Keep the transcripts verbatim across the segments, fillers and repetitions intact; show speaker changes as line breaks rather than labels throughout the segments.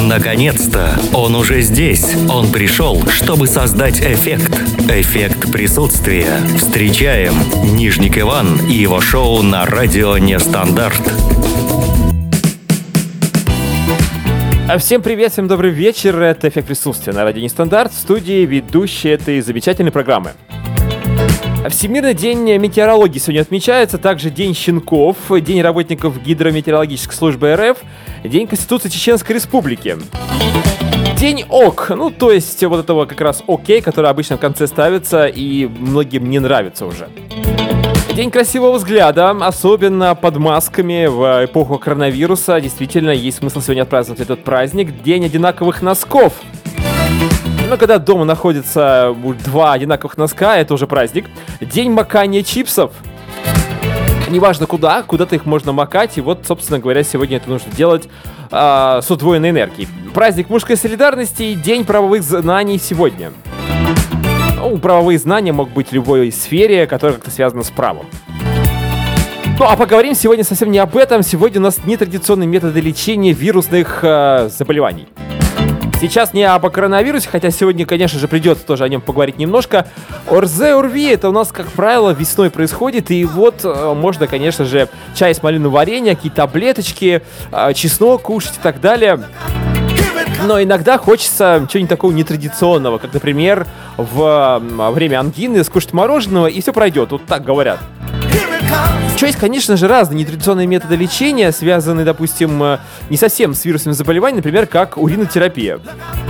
Наконец-то! Он уже здесь. Он пришел, чтобы создать эффект. Эффект присутствия. Встречаем Нижник Иван и его шоу на радио Нестандарт.
Всем привет, всем добрый вечер. Это «Эффект присутствия» на радио Нестандарт. В студии ведущий этой замечательной программы. Всемирный день метеорологии сегодня отмечается, также День щенков, День работников гидрометеорологической службы эр эф, День Конституции Чеченской Республики. День ОК, ну то есть вот этого как раз окей, который обычно в конце ставится и многим не нравится уже. День красивого взгляда, особенно под масками в эпоху коронавируса. Действительно, есть смысл сегодня отпраздновать этот праздник. День одинаковых носков. Но когда дома находится два одинаковых носка, это уже праздник. День макания чипсов. Неважно куда, куда-то их можно макать. И вот, собственно говоря, сегодня это нужно делать э, с удвоенной энергией. Праздник мужской солидарности и День правовых знаний сегодня. Ну, правовые знания могут быть в любой сфере, которая как-то связана с правом. Ну, а поговорим сегодня совсем не об этом. Сегодня у нас нетрадиционные методы лечения вирусных э, заболеваний. Сейчас не об коронавирусе, хотя сегодня, конечно же, придется тоже о нем поговорить немножко. ОРЗ, ОРВИ, это у нас, как правило, весной происходит. И вот э, можно, конечно же, чай с малиновым вареньем, какие-то таблеточки, э, чеснок кушать и так далее. Но иногда хочется чего-нибудь такого нетрадиционного, как, например, в э, время ангины скушать мороженого, и все пройдет. Вот так говорят. Что есть, конечно же, разные нетрадиционные методы лечения, связанные, допустим, не совсем с вирусными заболеваниями, например, как уринотерапия.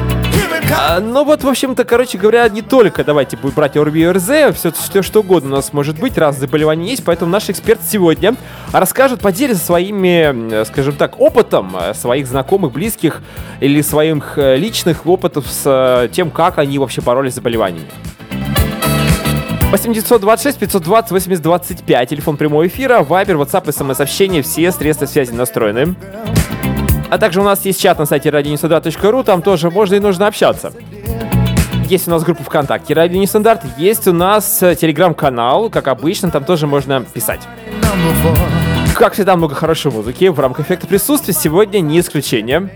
А, но вот, в общем-то, короче говоря, не только давайте будем брать ОРВИ и ОРЗ, все, все что угодно у нас может быть, раз заболевания есть, поэтому наш эксперт сегодня расскажет, поделится своими, скажем так, опытом своих знакомых, близких или своих личных опытов с тем, как они вообще боролись с заболеваниями. восемь девятьсот двадцать шесть пятьсот двадцать восемьдесят двадцать пять, телефон прямого эфира, Вайбер, WhatsApp, СМС-сообщения, все средства связи настроены. А также у нас есть чат на сайте радио нестандарт точка ру, там тоже можно и нужно общаться. Есть у нас группа ВКонтакте «Радио Нестандарт», есть у нас телеграм-канал, как обычно, там тоже можно писать. Как всегда, много хорошей музыки в рамках эффекта присутствия, сегодня не исключение.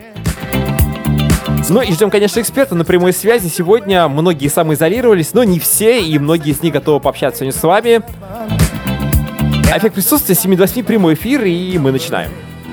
Ну и ждем, конечно, эксперта на прямой связи. Сегодня многие самоизолировались, но не все, и многие из них готовы пообщаться сегодня с вами. Эффект присутствия, семь до восьми, прямой эфир, и мы начинаем.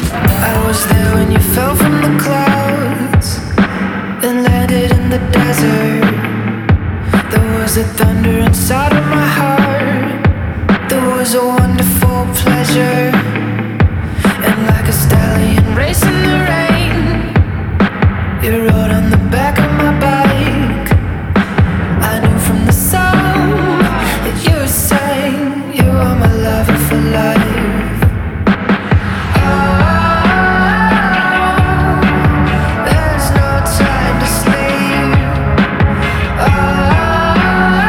You rode on the back of my bike. I knew from the song that you sang, you are my lover for life. Oh, there's no time to sleep. Oh,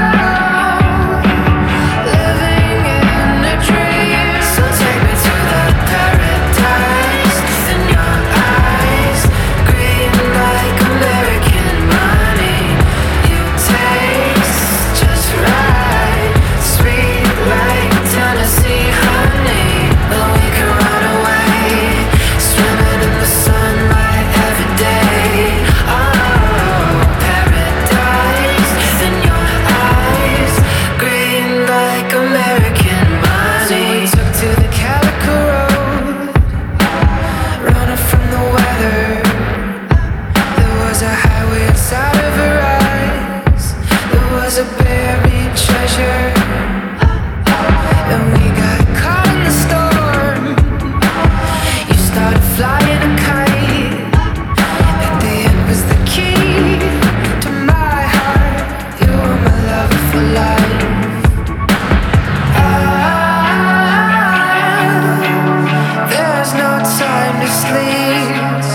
living in a dream. So take me to the paradise in your eyes. Green like American money, you taste just right, sweet like Tennessee honey. But we can run away, swimming in the sunlight every day. Oh, paradise in your eyes, green like American money. So we took to the Calico Road, running from the weather. There was a highway inside of her eyes. There was a buried treasure. And we got caught in the storm. You started flying a kite. At the end was the key to my heart. You were my lover for life. Ah, there's no time to sleep.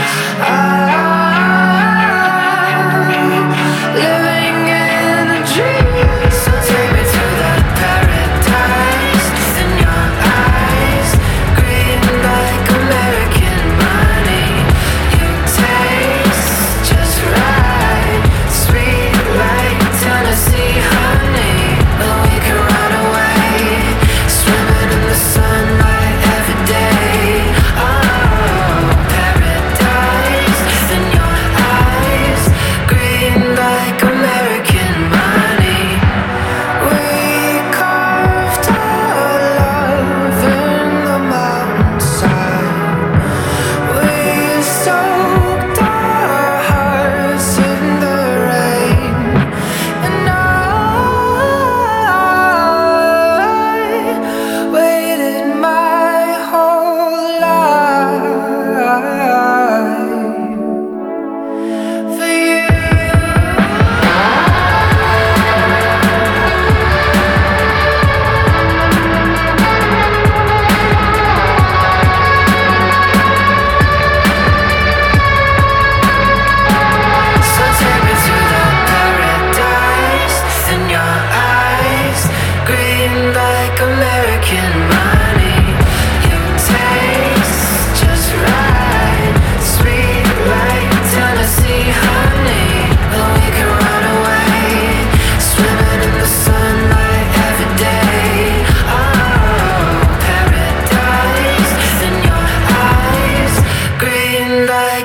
Ah, living in a dream. So take me to the paradise in your eyes, green like American money. You taste just right, sweet like Tennessee honey. But we can run away, swimming in the sunlight every day. Oh,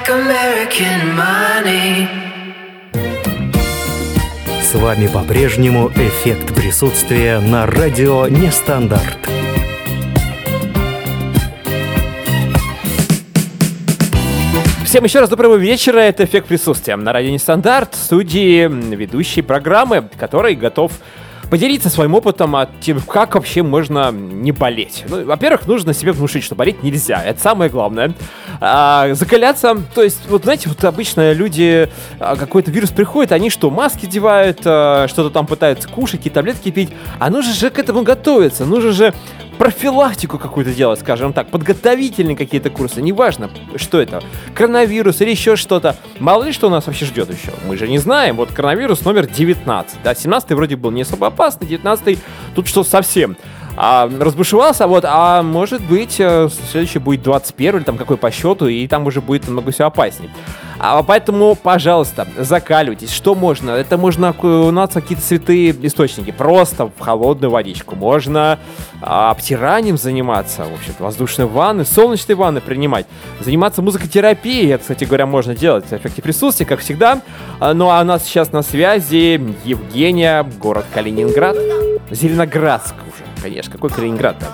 like American money.
С вами по-прежнему эффект присутствия на радио Нестандарт.
Всем еще раз доброго вечера, это «Эффект присутствия» на радио Нестандарт, в студии ведущей программы, который готов поделиться своим опытом о том, как вообще можно не болеть. Ну, во-первых, нужно себе внушить, что болеть нельзя, это самое главное. А, закаляться, то есть, вот знаете, вот обычно люди, а, какой-то вирус приходит, они что, маски девают, а, что-то там пытаются кушать, какие таблетки пить, а нужно же к этому готовиться, нужно же профилактику какую-то делать, скажем так, подготовительные какие-то курсы, неважно, что это, коронавирус или еще что-то. Мало ли что нас вообще ждет еще, мы же не знаем. Вот коронавирус номер девятнадцать, да, семнадцатый вроде был не особо опасный, девятнадцатый тут что совсем а, разбушевался, вот, а может быть следующий будет двадцать первый или там какой по счету, и там уже будет намного все опаснее. А поэтому, пожалуйста, закаливайтесь. Что можно? Это можно окунаться в какие-то святые источники. Просто в холодную водичку. Можно а, обтиранием заниматься. В общем-то, воздушные ванны, солнечные ванны принимать. Заниматься музыкотерапией. Это, кстати говоря, можно делать в эффекте присутствия, как всегда. А, ну, а у нас сейчас на связи Евгения, город Калининград. Зеленоградск уже, конечно. Какой Калининград-то?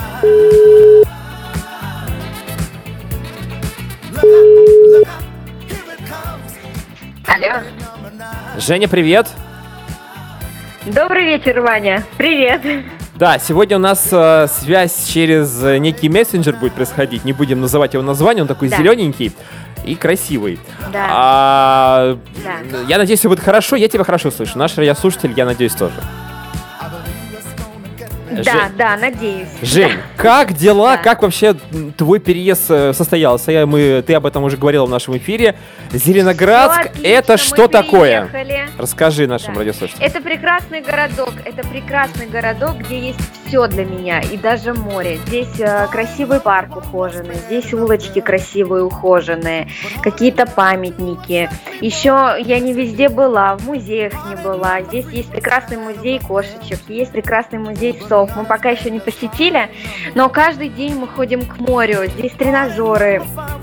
Алло.
Женя, привет.
Добрый вечер, Ваня. Привет.
Да, сегодня у нас э, связь через э, некий мессенджер будет происходить. Не будем называть его название, он такой
Да.
зелененький и красивый.
Да.
А,
Да.
Я надеюсь, все будет хорошо. Я тебя хорошо слышу. Наш радиослушатель, я надеюсь, тоже.
Да,
Жень.
да, надеюсь.
Жень, как дела?
Да.
Как вообще м, твой переезд э, состоялся? Я- Мы, ты об этом уже говорила в нашем эфире. Зеленоградск,
Всё отлично,
это
мы
что такое?
приехали.
Расскажи нашим
Да.
радиослушателям.
Это прекрасный городок, это прекрасный городок, где есть все для меня, и даже море. Здесь э, красивый парк ухоженный, здесь улочки красивые, ухоженные, какие-то памятники. Еще я не везде была, в музеях не была. Здесь есть прекрасный музей кошечек, есть прекрасный музей псов. Мы пока еще не посетили, но каждый день мы ходим к морю. Здесь тренажеры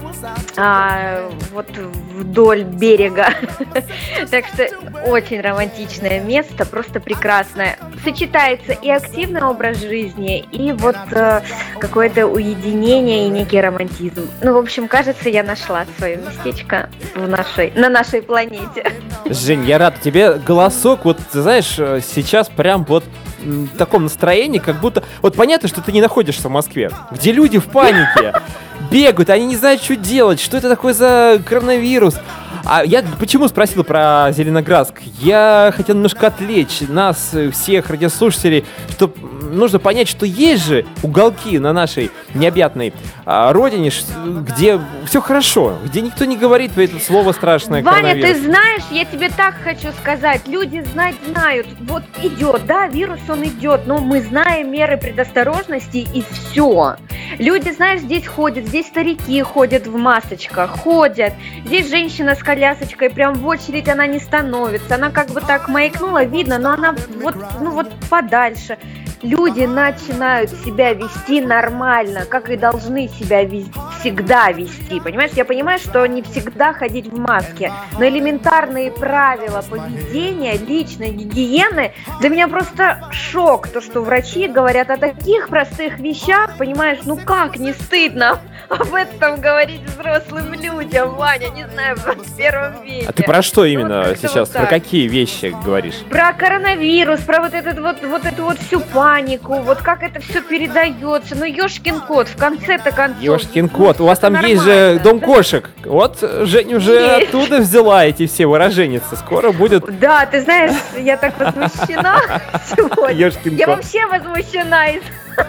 а, вот вдоль берега. Так что очень романтичное место, просто прекрасное. Сочетается и активный образ жизни, и вот э, какое-то уединение и некий романтизм. Ну, в общем, кажется, я нашла свое местечко в нашей, на нашей планете.
Жень, я рад тебе. Голосок, вот, ты знаешь, э, сейчас прям вот м, в таком настроении, как будто... Вот понятно, что ты не находишься в Москве, где люди в панике бегают, они не знают, что делать, что это такое за коронавирус. А я почему спросил про Зеленоградск? Я хотел немножко отвлечь нас, э, всех радиослушателей, что нужно понять, что есть же уголки на нашей необъятной а, родине, ш- где все хорошо, где никто не говорит про это слово страшное
Ваня, ты
коронавирус.
знаешь, я тебе так хочу сказать, люди знать знают, вот идет, да, вирус он идет, но мы знаем меры предосторожности и все. Люди, знаешь, здесь ходят, здесь старики ходят в масочках, ходят, здесь женщина с колясочкой, прям в очередь она не становится, она как бы так маякнула, видно, но она вот, ну вот подальше. Люди начинают себя вести нормально, как и должны себя вез- всегда вести, понимаешь? Я понимаю, что не всегда ходить в маске, но элементарные правила поведения, личной гигиены, для меня просто шок, то, что врачи говорят о таких простых вещах, понимаешь, ну как не стыдно об этом говорить взрослым людям, Ваня, не знаю, в двадцать первом веке.
А ты про что
Ну,
именно
как-то
сейчас?
вот
Про
так.
какие вещи говоришь?
Про коронавирус, про вот этот вот, вот эту вот всю панику, вот как это все передается. Ну, ёшкин кот, в конце-то концов.
Ёшкин
ну,
кот, у вас там
это
есть же
нормально.
дом кошек. Вот Женя уже
Есть.
оттуда взяла эти все выраженницы. Скоро будет
Да, ты знаешь, я так возмущена сегодня.
Ёшкин
Я
кот.
вообще возмущена. из-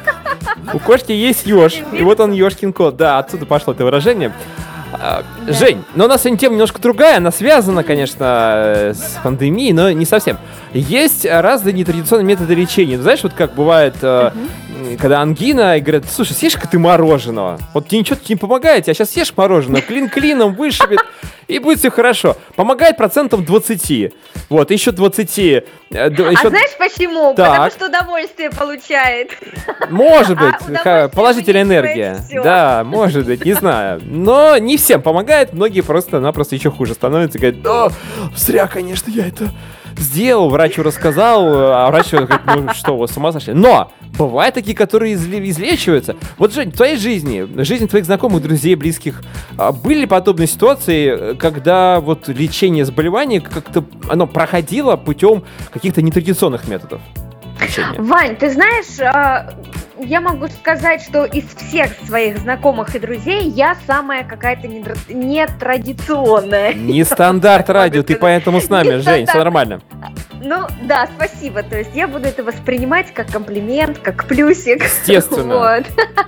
У кошки есть еж, и вот он Ёшкин кот. Да, отсюда пошло это выражение. А, Жень, но у нас сегодня тема немножко другая, она связана, конечно, э, с пандемией, но не совсем. Есть разные нетрадиционные методы лечения. Ну, знаешь, вот как бывает, э, м, когда ангина, и говорят, слушай, съешь-ка ты мороженого. Вот тебе ничего не помогает, а сейчас съешь мороженое, клин клином вышибет, и будет все хорошо. Помогает процентом двадцать. Вот, еще двадцати. э, д-
А
еще-
знаешь почему?
Так.
Потому что удовольствие получает.
Может
А
быть,
удовольствие
ха- положительная
вынесет
энергия.
всё.
Да, может быть, не знаю. Но не всем помогает, многие просто-напросто еще хуже становятся и говорят, да, зря, конечно, я это сделал, врачу рассказал, а врач говорит, ну что, вы с ума сошли? Но бывают такие, которые изле- излечиваются. Вот, Жень, в твоей жизни, в жизни твоих знакомых, друзей, близких, а, были ли подобные ситуации, когда вот лечение заболевания как-то оно проходило путем каких-то нетрадиционных методов лечения?
Вань, ты знаешь, а, я могу сказать, что из всех своих знакомых и друзей я самая какая-то недра- нетрадиционная.
Не стандарт радио, ты поэтому с нами,
Не
Жень, все
стандарт.
нормально.
Ну, да, спасибо. То есть я буду это воспринимать как комплимент, как плюсик.
Естественно.
Вот.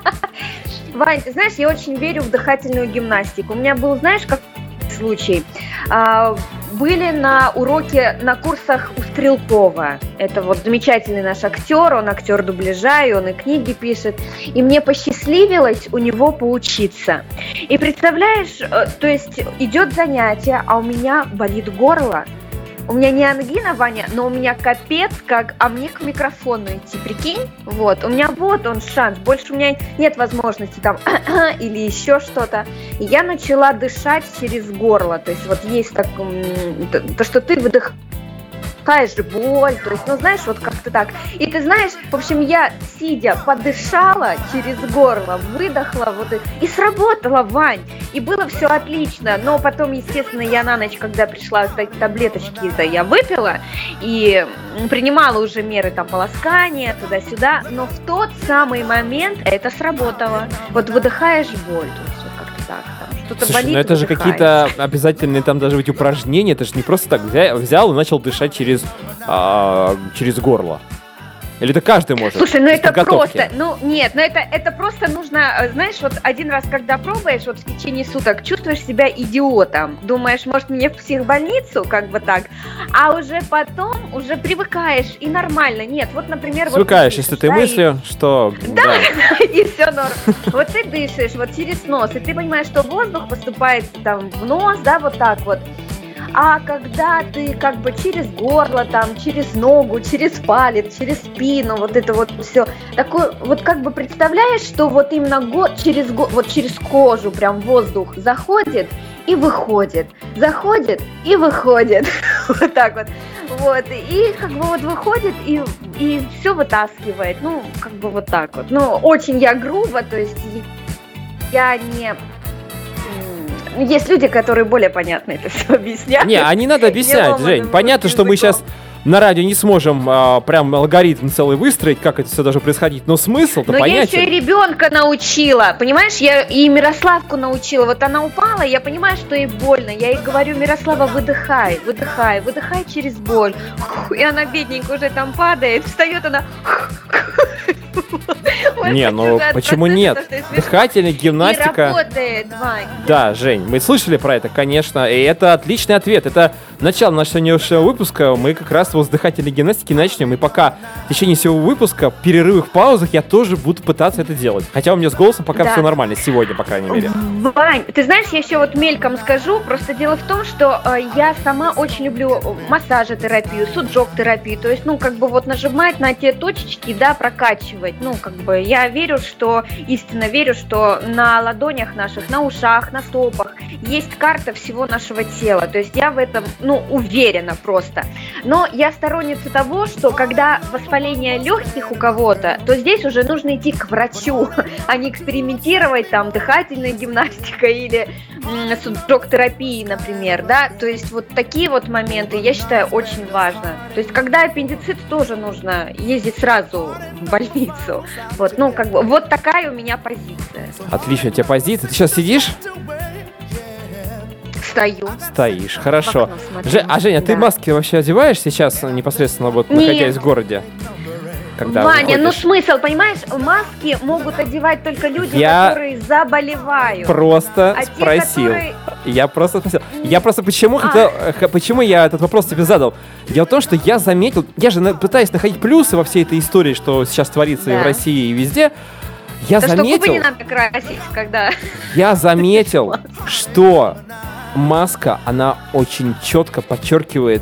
Вань, ты знаешь, я очень верю в дыхательную гимнастику. У меня был, знаешь, как случай. А, были на уроке, на курсах у Стрелкова. Это вот замечательный наш актер, он актер дубляжа, и он и книги пишет. И мне посчастливилось у него поучиться. И представляешь, э, то есть идет занятие, а у меня болит горло. У меня не ангина, Ваня, но у меня капец как, а мне к микрофону идти, прикинь? Вот, у меня вот он шанс, больше у меня нет возможности там или еще что-то. И я начала дышать через горло, то есть вот есть так, м, то, то, что ты выдыхаешь боль, то есть, ну знаешь, вот как-то так. И ты знаешь, в общем, я сидя подышала через горло, выдохла вот и, и сработало, Вань. И было все отлично, но потом, естественно, я на ночь, когда пришла, кстати, таблеточки-то я выпила и м, принимала уже меры там полоскания, туда-сюда, но в тот самый момент это сработало. Вот выдыхаешь боль, то есть вот как-то так, там что-то
Слушай,
болит,
ну это же
выдыхаешь.
какие-то обязательные там даже быть упражнения, это же не просто так взя- взял и начал дышать через, а, через горло. Или это каждый может?
Слушай, ну
без
это
подготовки?
просто, ну нет, ну это, это просто нужно, э, знаешь, вот один раз, когда пробуешь, вот в течение суток чувствуешь себя идиотом, думаешь, может мне в психбольницу, как бы так, а уже потом уже привыкаешь и нормально, нет, вот, например,
Свыкаешь
вот
с этой
да,
мыслью, что... Да.
и, и все норм. Вот ты дышишь вот через нос, и ты понимаешь, что воздух поступает там в нос, да, вот так вот. А когда ты как бы через горло, там, через ногу, через палец, через спину, вот это вот все, такое, вот как бы представляешь, что вот именно го- через, го- вот через кожу прям воздух заходит и выходит, заходит и выходит, вот так вот, вот, и как бы вот выходит и, и все вытаскивает, ну, как бы вот так вот, ну, очень я грубо, то есть я не... Есть люди, которые более понятно это все объясняют.
Не, а не надо объяснять,
Неломанным
Жень. Понятно, что мы
языком.
сейчас на радио не сможем а, прям алгоритм целый выстроить, как это все должно происходить, но смысл-то
Но я еще
понятен.
и ребенка научила, понимаешь, я и Мирославку научила. Вот она упала, я понимаю, что ей больно. Я ей говорю: Мирослава, выдыхай, выдыхай, выдыхай через боль. И она, бедненькая, уже там падает, встает она. Вот
Не,
хочу
ну
уже
почему
отпроцессить,
нет?
потому что я смешно.
Дыхательная
И
гимнастика.
работает, Вань.
Да, Жень, мы слышали про это, конечно, и это отличный ответ. Это начало нашего сегодняшнего выпуска. Мы как раз вот с дыхательной гимнастики начнем. И пока в течение всего выпуска, в перерывах, паузах, я тоже буду пытаться это делать. Хотя у меня с голосом пока
Да.
все нормально, сегодня, по крайней мере.
Вань, ты знаешь, я еще вот мельком скажу, просто дело в том, что э, я сама очень люблю массажетерапию, суджок-терапию, то есть, ну, как бы вот нажимать на те точечки, да, прокачивать, ну, как бы я верю, что, истинно верю, что на ладонях наших, на ушах, на стопах есть карта всего нашего тела, то есть я в этом, ну, уверена просто. Но я сторонница того, что когда воспаление легких у кого-то, то здесь уже нужно идти к врачу, а не экспериментировать там дыхательной гимнастикой или м, суджок-терапией, например, да, то есть вот такие вот моменты, я считаю, очень важно. То есть когда аппендицит, тоже нужно ездить сразу в больницу. Вот, ну, как бы, вот такая у меня позиция.
Отличная у тебя позиция. Ты сейчас сидишь?
Стою.
Стоишь,
в
хорошо.
окно смотрю.
Же- а, Женя, ты
Да.
маски вообще одеваешь сейчас непосредственно, вот
Нет.
находясь в городе? Когда
Ваня, ну
выходишь?
смысл, понимаешь, маски могут одевать только люди,
Я
которые заболевают.
Просто
А те,
спросил.
которые-
Я просто спросил. Я просто почему
А.
хотел, х- почему я этот вопрос тебе задал? Дело в том, что я заметил, я же на- пытаюсь находить плюсы во всей этой истории, что сейчас творится и в
Да.
России, и везде. Я
Да что губы
заметил,
не надо красить, когда...
я заметил, что маска, она очень четко подчеркивает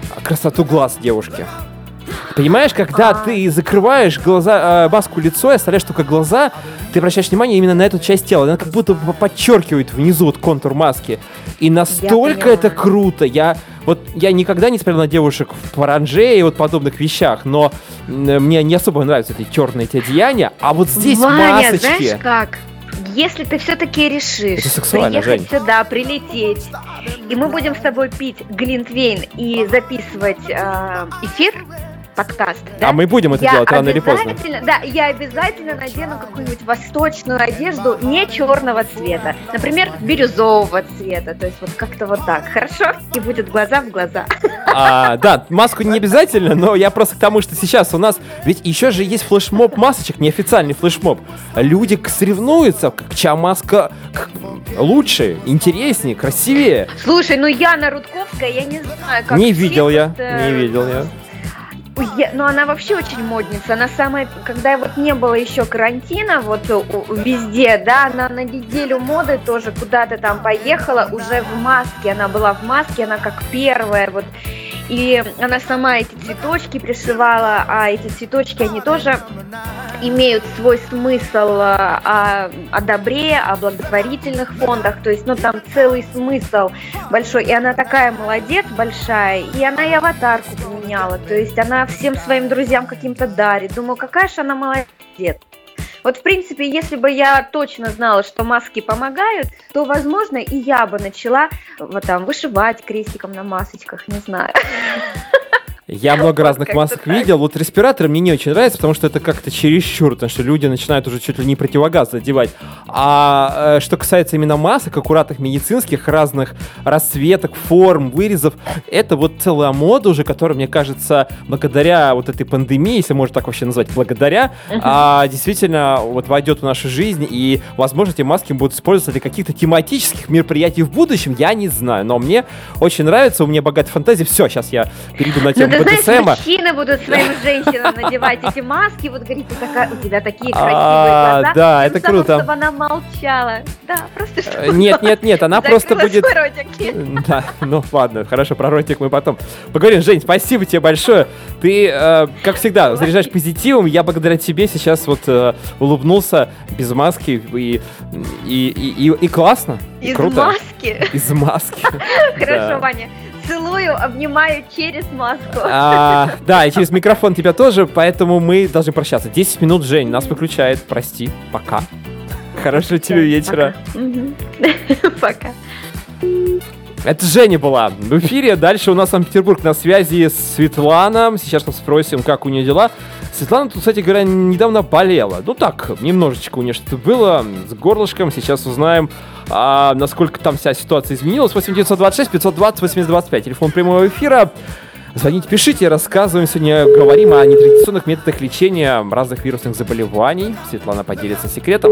красоту глаз девушки. Понимаешь, когда
А.
ты закрываешь глаза, э, маску лицо и оставляешь только глаза, ты обращаешь внимание именно на эту часть тела. Она как будто бы подчеркивает внизу вот контур маски. И настолько
Я
это
поняла.
круто. Я вот я никогда не смотрел на девушек в паранже и вот подобных вещах, но м, мне не особо нравятся эти черные эти одеяния. А вот здесь
Ваня,
масочки.
знаешь как? Если ты все-таки решишь
Это сексуально,
приехать
Жень.
сюда, прилететь, и мы будем с тобой пить глинтвейн и записывать э, эфир, подкаст, да?
А мы будем это
я
делать рано или поздно.
обязательно- Да, я обязательно надену какую-нибудь восточную одежду не черного цвета. Например, бирюзового цвета. То есть вот как-то вот так. Хорошо? И будет глаза в глаза.
А, да, маску не обязательно, но я просто к тому, что сейчас у нас... Ведь еще же есть флешмоб масочек, неофициальный флешмоб. Люди к- соревнуются, к- чья маска к- лучше, интереснее, красивее.
Слушай, ну Яна Рудковская, я не знаю, как
Не
все
видел я,
вот, э,
не видел я.
Ой, я- ну, она вообще очень модница. Она самая, когда вот не было еще карантина, вот у- у- везде, да, она на неделю моды тоже куда-то там поехала, уже в маске. Она была в маске, она как первая, вот. И она сама эти цветочки пришивала, а эти цветочки, они тоже имеют свой смысл а, о, о добре, о благотворительных фондах, то есть, ну, там целый смысл большой, и она такая молодец большая, и она и аватарку поменяла, то есть она всем своим друзьям каким-то дарит, думаю, какая же она молодец. Вот, в принципе, если бы я точно знала, что маски помогают, то, возможно, и я бы начала вот там вышивать крестиком на масочках, не знаю.
Я много
Вот
разных
как-то
масок
так.
видел. Вот респираторы мне не очень нравятся, потому что это как-то чересчур, потому что люди начинают уже чуть ли не противогаз надевать. А э, что касается именно масок, аккуратных медицинских, разных расцветок, форм, вырезов, это вот целая мода уже, которая, мне кажется, благодаря вот этой пандемии, если можно так вообще назвать, благодаря, а, действительно вот войдет в нашу жизнь, и, возможно, эти маски будут использоваться для каких-то тематических мероприятий в будущем, я не знаю, но мне очень нравится, у меня богатая фантазия. Все, сейчас я перейду на
Ну,
тему
ты знаешь,
БДСМа.
мужчины будут своим женщинам надевать эти маски, вот говорить, «Ты такая- у тебя такие
А,
красивые глаза.
да,
Тем
это
самым,
круто.
чтобы она молчала. Да, просто
Э,
чтобы
Нет, нет, нет, она просто
закрыла
будет...
свой ротик.
Да, ну ладно, хорошо, про ротик мы потом поговорим. Жень, спасибо тебе большое. Ты, э, как всегда, заряжаешь позитивом. Я благодаря тебе сейчас вот э, улыбнулся без маски и, и, и, и, и классно. и
Из
круто.
маски.
Из маски.
Хорошо,
Да.
Ваня. Целую, обнимаю через маску.
А, да, и через микрофон тебя тоже, поэтому мы должны прощаться. десять минут, Жень, нас выключает. Прости, пока. Хорошего тебе вечера.
Мгм. Пока.
Это Женя была в эфире. Дальше у нас Санкт-Петербург на связи с Светлана. Сейчас мы спросим, как у нее дела. Светлана тут, кстати говоря, недавно болела. Ну так, немножечко у нее что-то было с горлышком. Сейчас узнаем, а, насколько там вся ситуация изменилась. восемь девятьсот двадцать шесть пятьсот двадцать восемьдесят двадцать пять. Телефон прямого эфира. Звоните, пишите, рассказываем. Сегодня говорим о нетрадиционных методах лечения разных вирусных заболеваний. Светлана поделится секретом.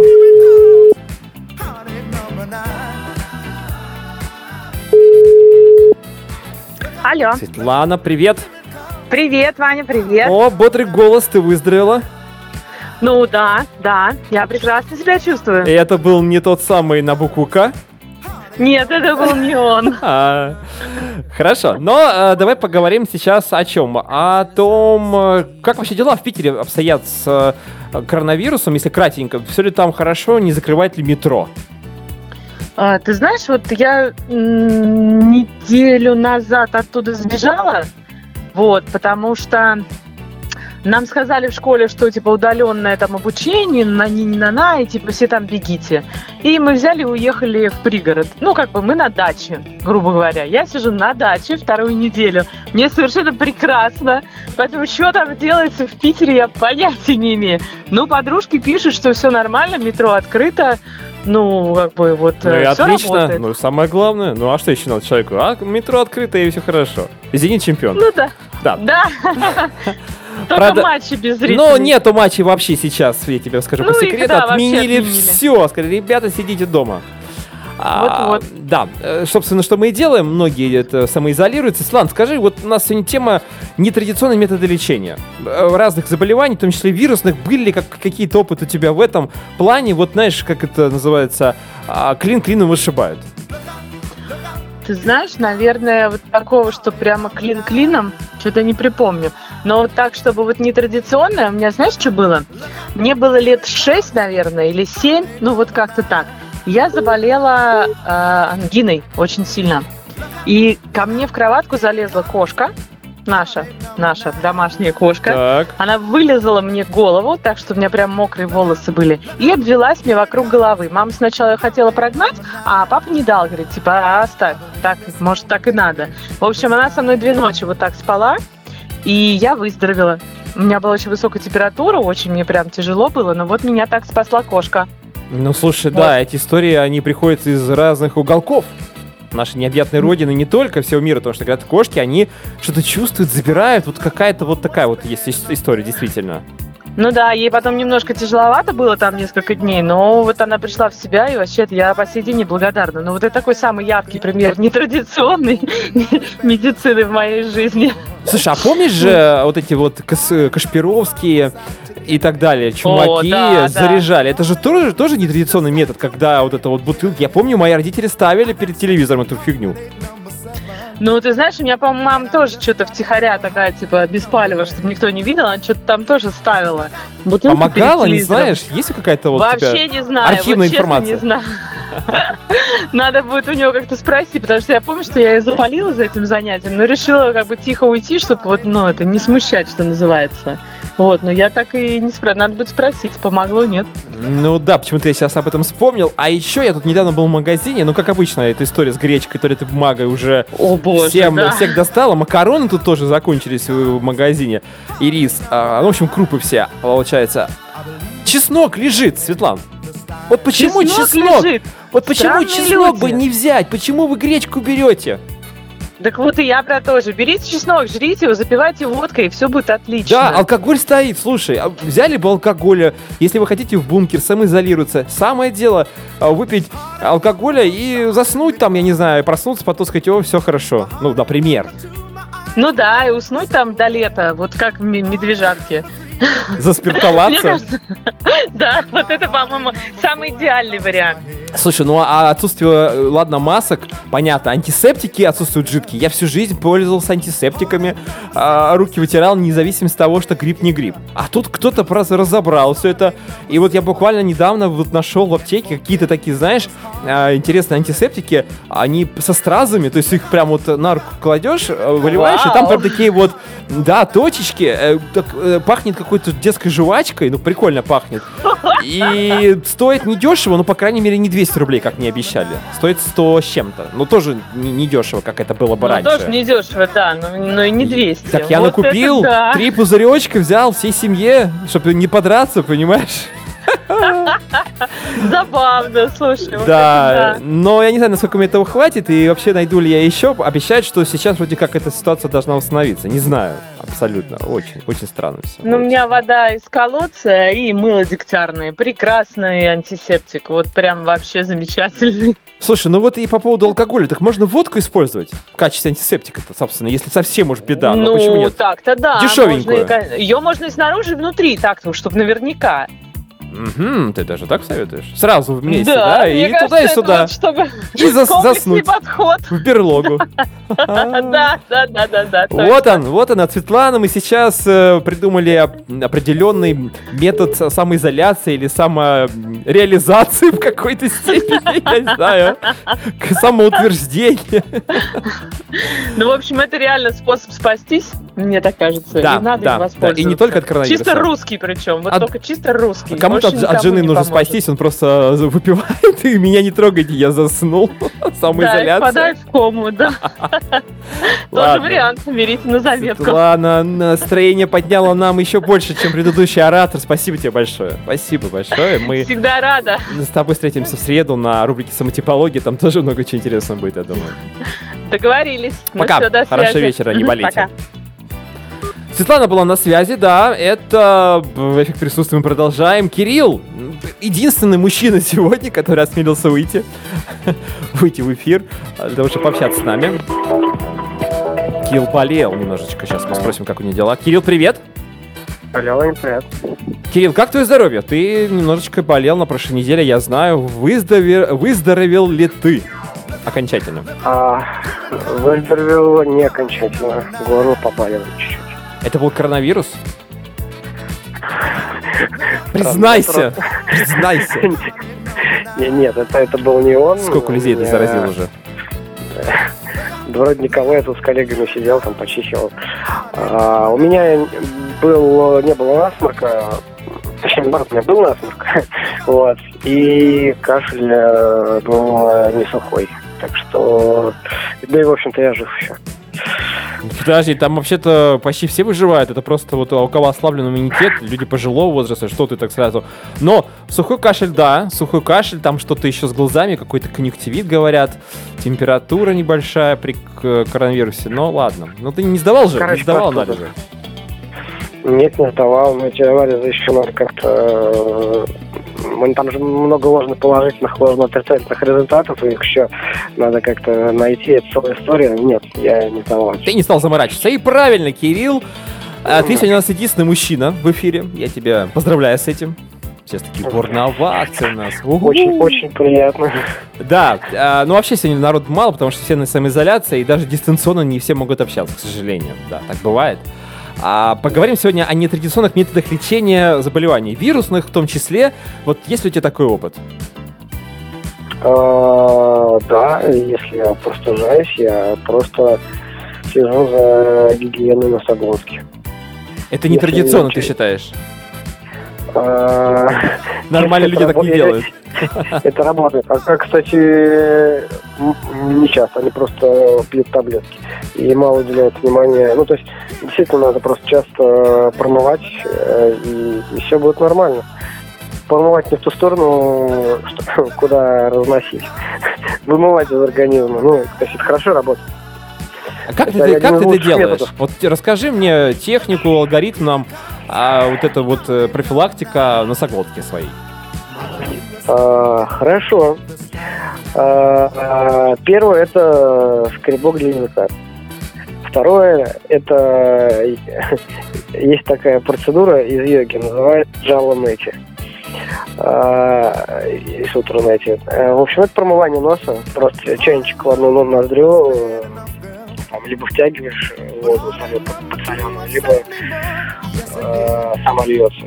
Алло.
Светлана, привет.
Привет, Ваня, привет.
О, бодрый голос, ты выздоровела.
Ну да, да, я прекрасно себя чувствую.
И это был не тот самый на букву К.
Нет, это был не он.
А, Хорошо, но э, давай поговорим сейчас о чем? О том, э, как вообще дела в Питере обстоят с э, коронавирусом, если кратенько. Все ли там хорошо, не закрывает ли метро?
А, ты знаешь, вот я м, неделю назад оттуда сбежала, вот, потому что нам сказали в школе, что типа удаленное там обучение, на ни ни на на, и типа все там бегите. И мы взяли и уехали в пригород. Ну, как бы мы на даче, грубо говоря. Я сижу на даче вторую неделю. Мне совершенно прекрасно. Поэтому что там делается в Питере, я понятия не имею. Ну, подружки пишут, что все нормально, метро открыто. Ну, как бы вот
Ну и
все
отлично,
работает.
ну самое главное. Ну а что еще надо человеку? А метро открыто и все хорошо. Зенит чемпион.
Ну да.
Да.
Да. Только
Правда-
матчи без зрителей.
Но нету матчей вообще сейчас, я тебе расскажу
Ну
по
их,
секрету.
да, вообще
отменили
отменили.
все. Сказали, ребята, сидите дома. А,
Вот-вот.
да, э, собственно, что мы и делаем. Многие это самоизолируются. Светлана, скажи, вот у нас сегодня тема нетрадиционные методы лечения э, разных заболеваний, в том числе вирусных. Были ли как, какие-то опыты у тебя в этом плане? Вот знаешь, как это называется, а, клин клином вышибают.
Ты знаешь, наверное, вот такого, что прямо клин клином, что-то не припомню. Но вот так, чтобы вот нетрадиционное, у меня, знаешь, что было? Мне было лет шесть, наверное, или семь, ну вот как-то так. Я заболела э, ангиной очень сильно. И ко мне в кроватку залезла кошка, наша, наша домашняя кошка.
Так.
Она вылезала мне голову, так что у меня прям мокрые волосы были, и обвелась мне вокруг головы. Мама сначала хотела прогнать, а папа не дал, говорит, типа, «А, оставь, так, может, так и надо». В общем, она со мной две ночи вот так спала, и я выздоровела. У меня была очень высокая температура, очень мне прям тяжело было, но вот меня так спасла кошка.
Ну, слушай,
Вот.
да, эти истории, они приходят из разных уголков нашей необъятной родины, не только всего мира, потому что когда кошки, они что-то чувствуют, забирают, вот какая-то вот такая вот есть ис- история, действительно.
Ну да, ей потом немножко тяжеловато было там несколько дней, но вот она пришла в себя, и вообще я по сей день неблагодарна. Но вот это такой самый яркий пример нетрадиционной медицины в моей жизни.
Слушай, а помнишь же вот эти вот Кас- Кашпировские и так далее, чумаки
да, да.
заряжали? Это же тоже, тоже нетрадиционный метод, когда вот это вот бутылки. Я помню, мои родители ставили перед телевизором эту фигню.
Ну, ты знаешь, у меня, по-моему, мама тоже что-то втихаря такая, типа, без палева, чтобы никто не видел, она что-то там тоже ставила. Бутылку перед
Помогала, не
телевизором.
знаешь? Есть ли какая-то вот у
Вообще
тебя
не знаю.
архивная
вот честно,
информация?
не знаю. Надо будет у него как-то спросить, потому что я помню, что я ее запалила за этим занятием, но решила как бы тихо уйти, чтобы вот, ну, это не смущать, что называется. Вот, но я так и не спрашиваю. Надо будет спросить, помогло, нет.
Ну да, почему-то я сейчас об этом вспомнил. А еще я тут недавно был в магазине, ну как обычно, эта история с гречкой, туалетной бумагой уже
О, боже,
всем,
да.
всех достала. Макароны тут тоже закончились в в магазине. И рис. А, ну, в общем, крупы все, получается. Чеснок лежит, Светлан. Вот почему чеснок?
Чеснок лежит.
Вот почему
Странные
чеснок бы
люди.
не взять? Почему вы гречку берете?
Так вот и я про то же. Берите чеснок, жрите его, запивайте водкой, и все будет отлично.
Да, алкоголь стоит. Слушай, а взяли бы алкоголя, если вы хотите в бункер самоизолироваться. Самое дело а, выпить алкоголя и заснуть там, я не знаю, проснуться, потом сказать, о, все хорошо. Ну, например.
Ну да, и уснуть там до лета, вот как в ме- медвежатке. Мне
Заспиртоваться.
кажется, да, вот это, по-моему, самый идеальный вариант.
Слушай, ну а отсутствие, э, ладно, масок, понятно, антисептики отсутствуют жидкие. Я всю жизнь пользовался антисептиками, а, руки вытирал, независимо от того, что грипп не грипп. А тут кто-то просто разобрал все это. И вот я буквально недавно вот нашел в аптеке какие-то такие, знаешь, а, интересные антисептики. Они со стразами, то есть их прям вот на руку кладешь, э, выливаешь, и там
Вау.
прям такие вот, да, точечки. э, так, э, пахнет какой-то детской жвачкой, ну прикольно пахнет. И стоит недешево, но, по крайней мере, не двести рублей, как мне обещали. Стоит сто с чем-то. Ну, тоже не, не дешево, как это было бы
Ну,
раньше.
тоже недешево, да, но, но и не двести.
Так я
Вот
накупил
это да.
три пузыречка, взял всей семье, чтобы не подраться, понимаешь?
Забавно, слушай. вот
Да,
это
но я не знаю, насколько мне этого хватит, и вообще найду ли я еще. Обещают, что сейчас вроде как эта ситуация должна восстановиться. Не знаю, абсолютно. Очень, очень странно все.
Ну, у меня вода из колодца и мыло дегтярное. Прекрасный антисептик. Вот прям вообще замечательный.
Слушай, ну вот и по поводу алкоголя, так можно водку использовать в качестве антисептика-то, собственно, если совсем уж беда, ну, почему нет?
так-то да.
Дешевенькую.
Ее можно и снаружи, и внутри, так-то, чтобы наверняка.
Угу, ты даже так советуешь? Сразу вместе, да?
мне
И
кажется,
туда, и
это
сюда.
вот чтобы
И зас-
комплексный
заснуть.
подход.
В берлогу.
Да, да, да, да, да.
Вот он, вот она, Светлана. Мы сейчас э, придумали оп- определенный метод с- самоизоляции или самореализации в какой-то степени, я не знаю, к самоутверждению.
Ну, в общем, это реально способ спастись, мне так кажется.
Да,
и надо
да,
им
да,
воспользоваться.
и не только от коронавируса.
Чисто русский причем, вот
От-
только чисто русский.
Кому-то от,
Больше
от
никому
жены
не
нужно
поможет.
спастись, он просто выпивает, и меня не трогайте, я заснул.
Да, и
Самоизоляция.
впадает в кому, да. Тоже
Ладно.
вариант, берите на заметку.
Ладно, настроение подняло нам еще больше, чем предыдущий оратор. Спасибо тебе большое. Спасибо большое. Мы
Всегда рада.
с тобой встретимся в среду на рубрике «Самотипология». Там тоже много чего интересного будет, я думаю.
Договорились. Ну
Пока.
всё, до
Хорошего
связи.
вечера, не
Мгм,
болейте.
Пока.
Светлана была на связи, да, это в эффект присутствия мы продолжаем. Кирилл, единственный мужчина сегодня, который осмелился выйти, выйти в эфир, для того, чтобы пообщаться с нами. Кирилл болел немножечко, сейчас мы спросим, как у него дела. Кирилл, привет!
Алло, привет.
Кирилл, как твое здоровье? Ты немножечко болел на прошлой неделе, я знаю. Выздоровел, выздоровел ли ты? окончательно?
А, выздоровел не окончательно. Горло побаливает чуть-чуть.
Это был коронавирус? Признайся! Признайся!
Не, Нет, это, это был не он.
Сколько людей ты
Я-
заразил уже?
Да вроде никого, я тут с коллегами сидел, там почихивал. А, у меня был, не было насморка, точнее, наоборот, у меня был насморк, вот, и кашель э, был э, не сухой. Так что, да и, в общем-то, я жив еще.
Подожди, там вообще-то почти все выживают. Это просто вот у кого ослаблен иммунитет, люди пожилого возраста, что ты так сразу. Но сухой кашель, да, сухой кашель, там что-то еще с глазами, какой-то конъюнктивит, говорят, температура небольшая при к- коронавирусе. Но ладно. Ну ты не сдавал же?
Короче,
не сдавал
простуда.
анализы?
Нет, не сдавал, но эти анализы еще надо как-то... э, Там же много ложно положительных, ложно отрицательных результатов, и их еще надо как-то найти. Это целая история. Нет, я не сдавал.
Ты не стал заморачиваться. И правильно, Кирилл. А ты сегодня у нас единственный мужчина в эфире. Я тебя поздравляю с этим. Сейчас такие бурноватцы у нас. Уху.
Очень, очень приятно.
Да, а, ну вообще сегодня народ мало, потому что все на самоизоляции, и даже дистанционно не все могут общаться, к сожалению. Да, так бывает. А, поговорим сегодня о нетрадиционных методах лечения заболеваний, вирусных в том числе. Вот есть ли у тебя такой опыт?
А, Да, если я простужаюсь, я просто слежу за гигиеной носоглотки.
Это
Если
нетрадиционно,
я-
ты считаешь?
А,
Нормальные люди
это
так не
работает.
делают.
Это работает. А, как, кстати, м, не часто. Они просто пьют таблетки и мало уделяют внимания. Ну, то есть, действительно, надо просто часто промывать, э, и, и все будет нормально. Промывать не в ту сторону, что- куда разносить. Вымывать из организма. Ну, кстати, это хорошо работает.
А как,
Это
ты,
один
как
из
ты это
лучших
делаешь?
методов.
Вот те- расскажи мне технику, алгоритм нам, а, вот это вот э, профилактика носоглотки своей.
А, Хорошо. А, а, Первое — это скребок для языка. Второе — это есть такая процедура из йоги, называется джала-мэти. А, Есть в интернете. А, В общем, это промывание носа. Просто чайничек в одну ноздрю, э, там, либо втягиваешь воздух подсоленую, либо э, сама льется.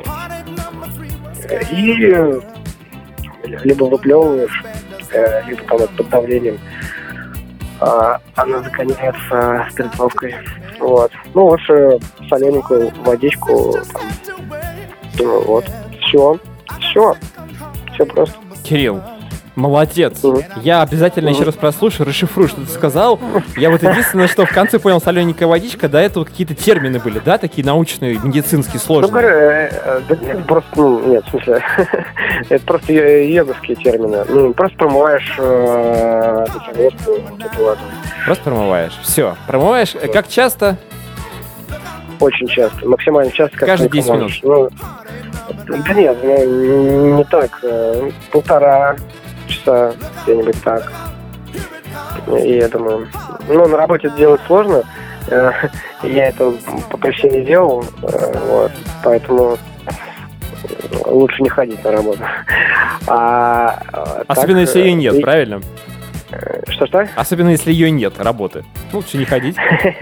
И либо выплевываешь, э, либо там вот под давлением. А, она загоняется спиртовкой. Вот. Ну, лучше солененькую водичку. Там. Ну, вот. Все. Все. Все просто.
Кирилл, молодец.
Мгм.
Я обязательно
Мгм.
еще раз прослушаю, расшифрую, что ты сказал. Я вот единственное, что в конце понял, солененькая водичка, до этого какие-то термины были, да, такие научные, медицинские,
Ну, говорю,
сложные.
э, э, да нет, просто, ну, нет, в смысле, это просто йо- йоговские термины. Ну, просто промываешь э, носоглотку вот эту водой.
Просто промываешь. Все, промываешь. Э, Как часто?
Очень часто, максимально часто. Как
Каждые
не
десять
поможешь. Ну, да нет, ну, не так. э, Полтора часа, где-нибудь так. И я думаю, ну, на работе это делать сложно. э, Я это пока все не делал, э, вот, поэтому лучше не ходить на работу. А, а
Особенно
так,
если ее нет,
и-
правильно?
э, Что-что?
Особенно если ее нет, работы. Ну, лучше не ходить.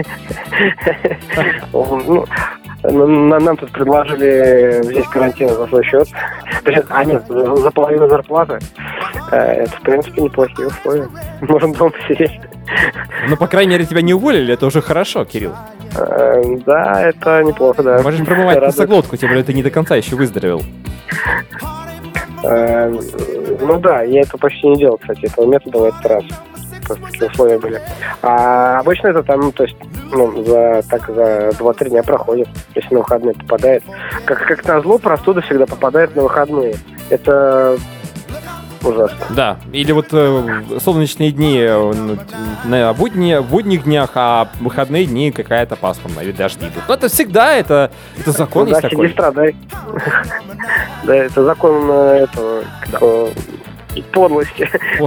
Ну, на- нам тут предложили взять карантин за свой счет. Точнее, А нет, за за половину зарплаты. Э, Это, в принципе, неплохие условия. Можем дома посидеть.
Ну, по крайней мере, тебя не уволили, это уже хорошо, Кирилл.
Э, Да, это неплохо, да.
Можешь промывать
Радует.
носоглотку, тем более ты не до конца еще выздоровел.
Э, Ну да, я это почти не делал, кстати, этого метода в этот раз. Просто такие условия были. А обычно это там, ну, то есть, ну, за, так за два-три дня проходит, если на выходные попадает. Как, как назло, простуда всегда попадает на выходные. Это ужасно.
Да, или вот э, солнечные дни э, ну, на будни, будних днях, а выходные дни какая-то пасмурная, или дожди идут. Ну, это всегда, это, это закон
Ну да,
есть
сиди,
такой.
страдай. Да, это закон э, этого, какого, подлости.
Вот.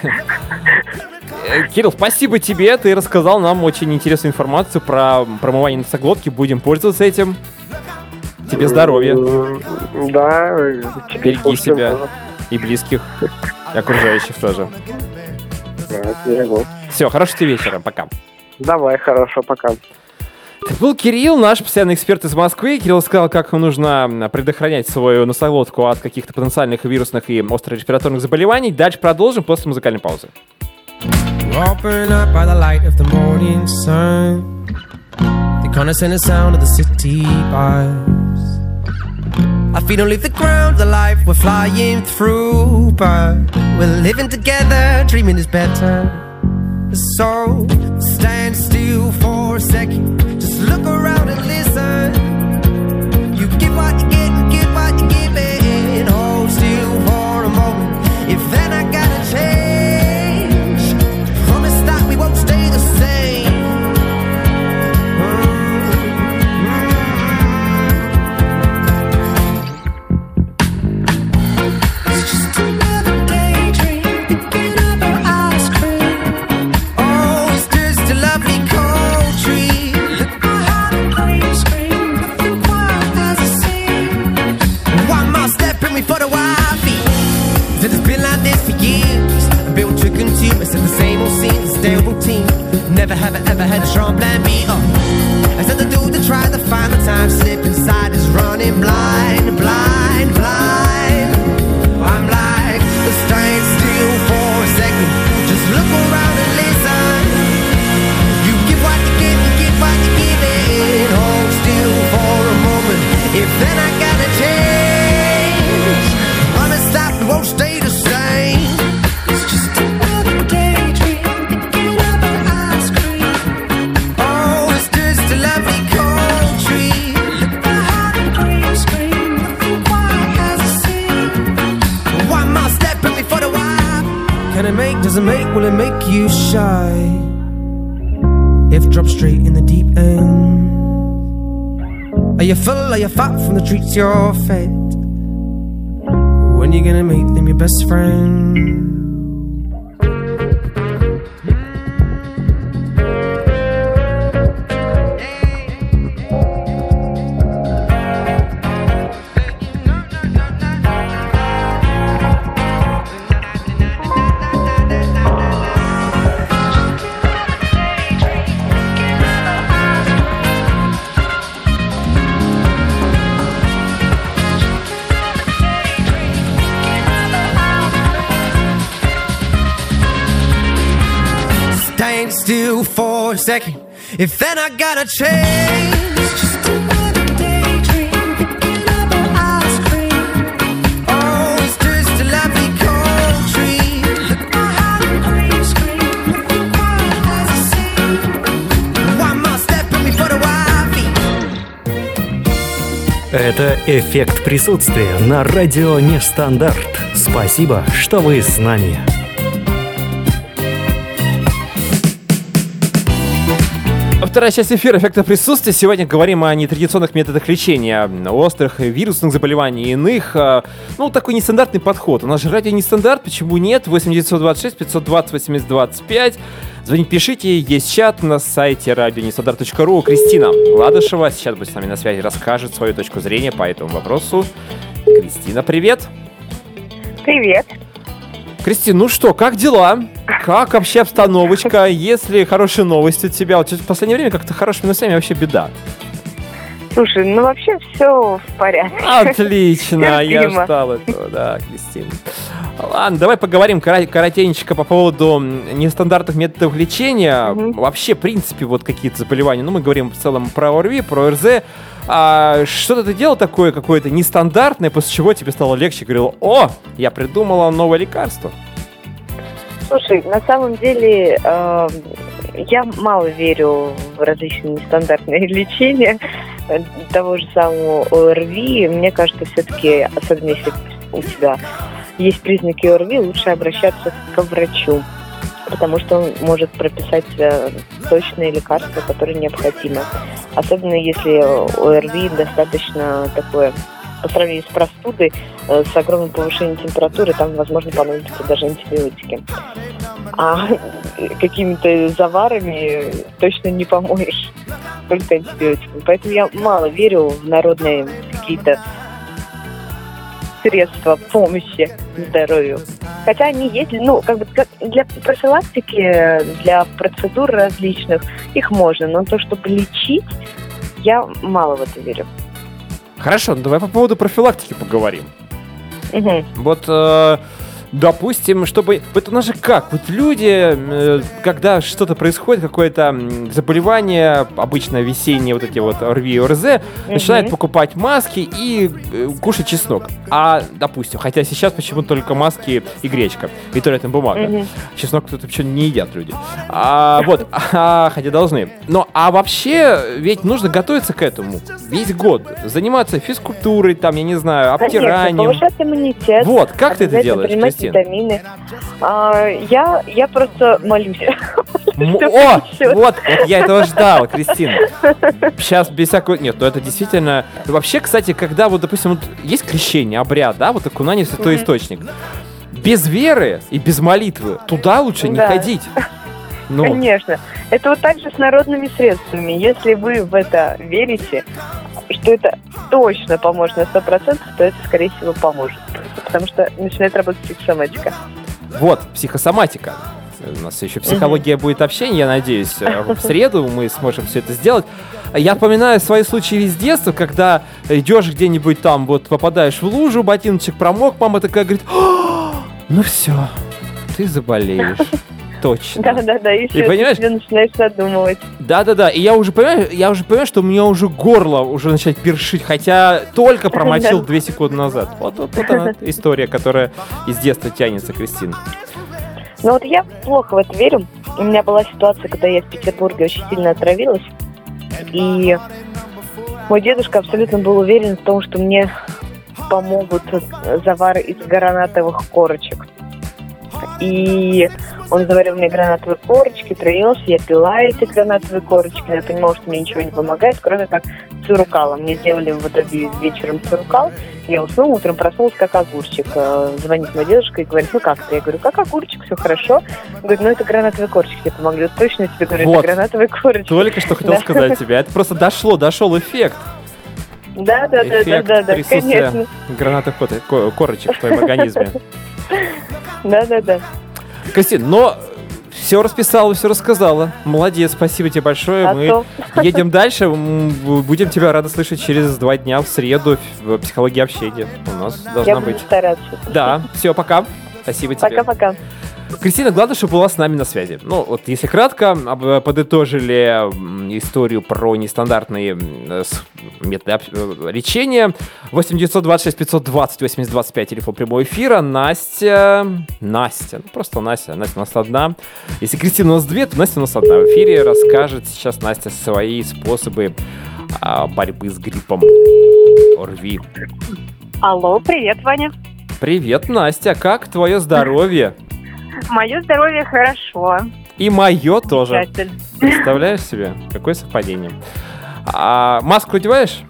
Э, Кирилл, спасибо тебе, ты рассказал нам очень интересную информацию про промывание носоглотки, будем пользоваться этим. Тебе здоровья
М, Да, тебе
Береги
слушателям
себя.
тоже.
и близких, и окружающих тоже.
Давай, лягу.
Все, хорошего тебе вечера, пока.
Давай, хорошо, пока.
Это был Кирилл, наш постоянный эксперт из Москвы. Кирилл сказал, как нужно предохранять свою носоглотку от каких-то потенциальных вирусных и остро-респираторных заболеваний. Дальше продолжим после музыкальной паузы.
Open up by the light of the morning sun. The condescending sound of the city bars. Our feet don't leave the ground, the life we're flying through. But we're living together, dreaming is better. So stand still for a second. Just look around and listen. You get what you get and get what you give it. Hold still for a moment. If then I gotta change, promise that we won't stay the same. It's just another daydream, thinking about ice cream. Oh, it's just a lovely cold tree. Look how the green screen, nothing wild as a scene. One more step, bring me for the wild feet. That it's been like this for years. I've been tricking to it's in the same old scene, the stale routine. Never have I ever had a strong plan B. Oh, I said the dude that tried to find the time slip inside is running blind, blind, blind. I'm like, stand still for a second. Just look around and listen. You give what you give and give what you give it. Hold still for a moment. If then I gotta change, wanna stop, we won't stay the same. It's just another daydream, thinking about ice cream. Oh, it's just a lovely cold tree. Look how the green screen, nothing wild as a scene. One more step, bring me for the wild. Can it make, does it make, will it make you shy? If drop straight in the deep end. Are you full, are you fat from the treats you're fed? When you gonna make them your best friend? Stand still for a second. If then I gotta change, it's just another daydream, thinking about ice cream. Oh, it's just a lovely cold tree. Look how the green screen, nothing wild as a scene. One more step, put me for the wild feet.
Это «Эффект присутствия» на радио Нестандарт. Спасибо, что вы с нами.
Вторая часть эфира «Эффекта присутствия». Сегодня говорим о нетрадиционных методах лечения острых вирусных заболеваний и иных. Ну, такой нестандартный подход. У нас же радио нестандарт, почему нет? восемь девятьсот двадцать шесть пятьсот двадцать восемьдесят двадцать пять. Звоните, пишите, есть чат на сайте радио нестандарт точка ру. Кристина Ладышева сейчас будет с нами на связи, расскажет свою точку зрения по этому вопросу. Кристина, привет.
Привет.
Кристина, ну что, как дела? Как вообще обстановочка? Если хорошие новости у тебя? Вот в последнее время как-то хорошими новостями вообще беда.
Слушай, ну вообще все в порядке.
Отлично, я
Терпимо.
ждал этого, да, Кристина. Ладно, давай поговорим кора- коротенько по поводу нестандартных методов лечения.
Мгм.
Вообще, в принципе, вот какие-то заболевания. Ну, мы говорим в целом про ОРВИ, про ОРЗ. А что-то ты делал такое какое-то нестандартное, после чего тебе стало легче? Говорил, о, я придумала новое лекарство.
Слушай, на самом деле э, я мало верю в различные нестандартные лечения э, того же самого ОРВИ. Мне кажется, все-таки, особенно если у тебя есть признаки ОРВИ, лучше обращаться к врачу, потому что он может прописать э, точные лекарства, которые необходимы. Особенно если ОРВИ достаточно такое, по сравнению с простудой, э, с огромным повышением температуры, там, возможно, понадобятся даже антибиотики. А какими-то заварами точно не поможешь, только антибиотиками. Поэтому я мало верю в народные какие-то средства помощи здоровью.
Хотя они есть, ну, как бы как для профилактики, для процедур различных, их можно. Но то, чтобы лечить, я мало в это верю.
Хорошо, ну давай по поводу профилактики поговорим.
Мгм.
Вот, э, допустим, чтобы... Вот у нас же как? Вот люди, э, когда что-то происходит, какое-то м, заболевание, обычно весенние вот эти вот ОРВИ и ОРЗ, начинают покупать маски и э, кушать чеснок. А, допустим, хотя сейчас почему-то только маски и гречка, и туалетная бумага.
Мгм.
Чеснок тут вообще не едят люди. А, вот, а, хотя должны. Но, а вообще, ведь нужно готовиться к этому весь год. Заниматься физкультурой, там, я не знаю,
Конечно,
обтиранием.
повышать иммунитет.
Вот, как ты это
обязательно
делаешь,
принимать
Кристина?
витамины. А, я, я просто молюсь.
М-
Что
О,
еще?
вот, вот я этого ждал, Кристина. Сейчас без всякого... Нет, ну это действительно... Вообще, кстати, когда вот, допустим, вот есть крещение, обряд, да, вот окунание в святой
Мгм.
источник. Без веры и без молитвы туда лучше не
Да.
ходить. Ну,
Конечно. Это вот так же с народными средствами. Если вы в это верите, что это точно поможет на сто процентов, то это, скорее всего, поможет. Потому что начинает работать психосоматика.
вот, психосоматика. У нас еще психология будет общение, я надеюсь. э, В среду мы сможем все это сделать. Я вспоминаю свои случаи из детства, когда идешь где-нибудь там, вот попадаешь в лужу, ботиночек промок, мама такая говорит: «А, ну все, ты заболеешь. Точно.
Да-да-да, и все,
понимаешь?
ты начинаешь задумывать.
Да-да-да, и я уже понимаю, я уже понимаю, что у меня уже горло уже начинает першить, хотя только промочил
Да.
две секунды назад. Вот, вот, вот она, история, которая из детства тянется, Кристина.
Но вот я плохо в это верю. У меня была ситуация, когда я в Петербурге очень сильно отравилась. И мой дедушка абсолютно был уверен в том, что мне помогут завары из гранатовых корочек. И он заварил мне гранатовые корочки, травился, я пила эти гранатовые корочки, но я понимала, что мне ничего не помогает, кроме как цурукала. Мне сделали в итоге вечером цурукал, я уснула, утром проснулась как огурчик. Э, Звонит мой дедушка и говорит: ну как ты? Я говорю: как огурчик, все хорошо. Он говорит: ну это гранатовые корочки тебе помогли. Вот точно тебе говорю,
Вот.
это гранатовые корочки.
Только что хотел
Да.
сказать тебе, это просто дошло, дошел эффект.
Да, да, да, да,
Эффект
да, да,
присутствия
конечно.
гранатовых кот- ко- корочек в твоем организме.
Да, да, да.
Кристина, но все расписала, все рассказала. Молодец, спасибо тебе большое.
А
Мы
то.
едем дальше. М, Будем тебя рады слышать через два дня в среду в психологии общения. У нас
Я
должна
буду
быть.
стараться.
Да, все, пока. Спасибо тебе.
Пока-пока.
Кристина, главное, чтобы была с нами на связи. Ну, вот если кратко, об- подытожили м, историю про нестандартные м, с- методы об- э, лечения. восемь девятьсот двадцать шесть пятьсот двадцать восемьдесят двадцать пять, телефон прямого эфира. Настя... Настя, ну просто Настя. Настя у нас одна. Если Кристина у нас две, то Настя у нас одна. В эфире расскажет сейчас Настя свои способы а, борьбы с гриппом ОРВИ.
Алло, привет, Ваня.
Привет, Настя, как твое здоровье?
Мое здоровье хорошо.
И мое тоже.
Замечательно.
Представляешь себе? Какое совпадение. А маску одеваешь?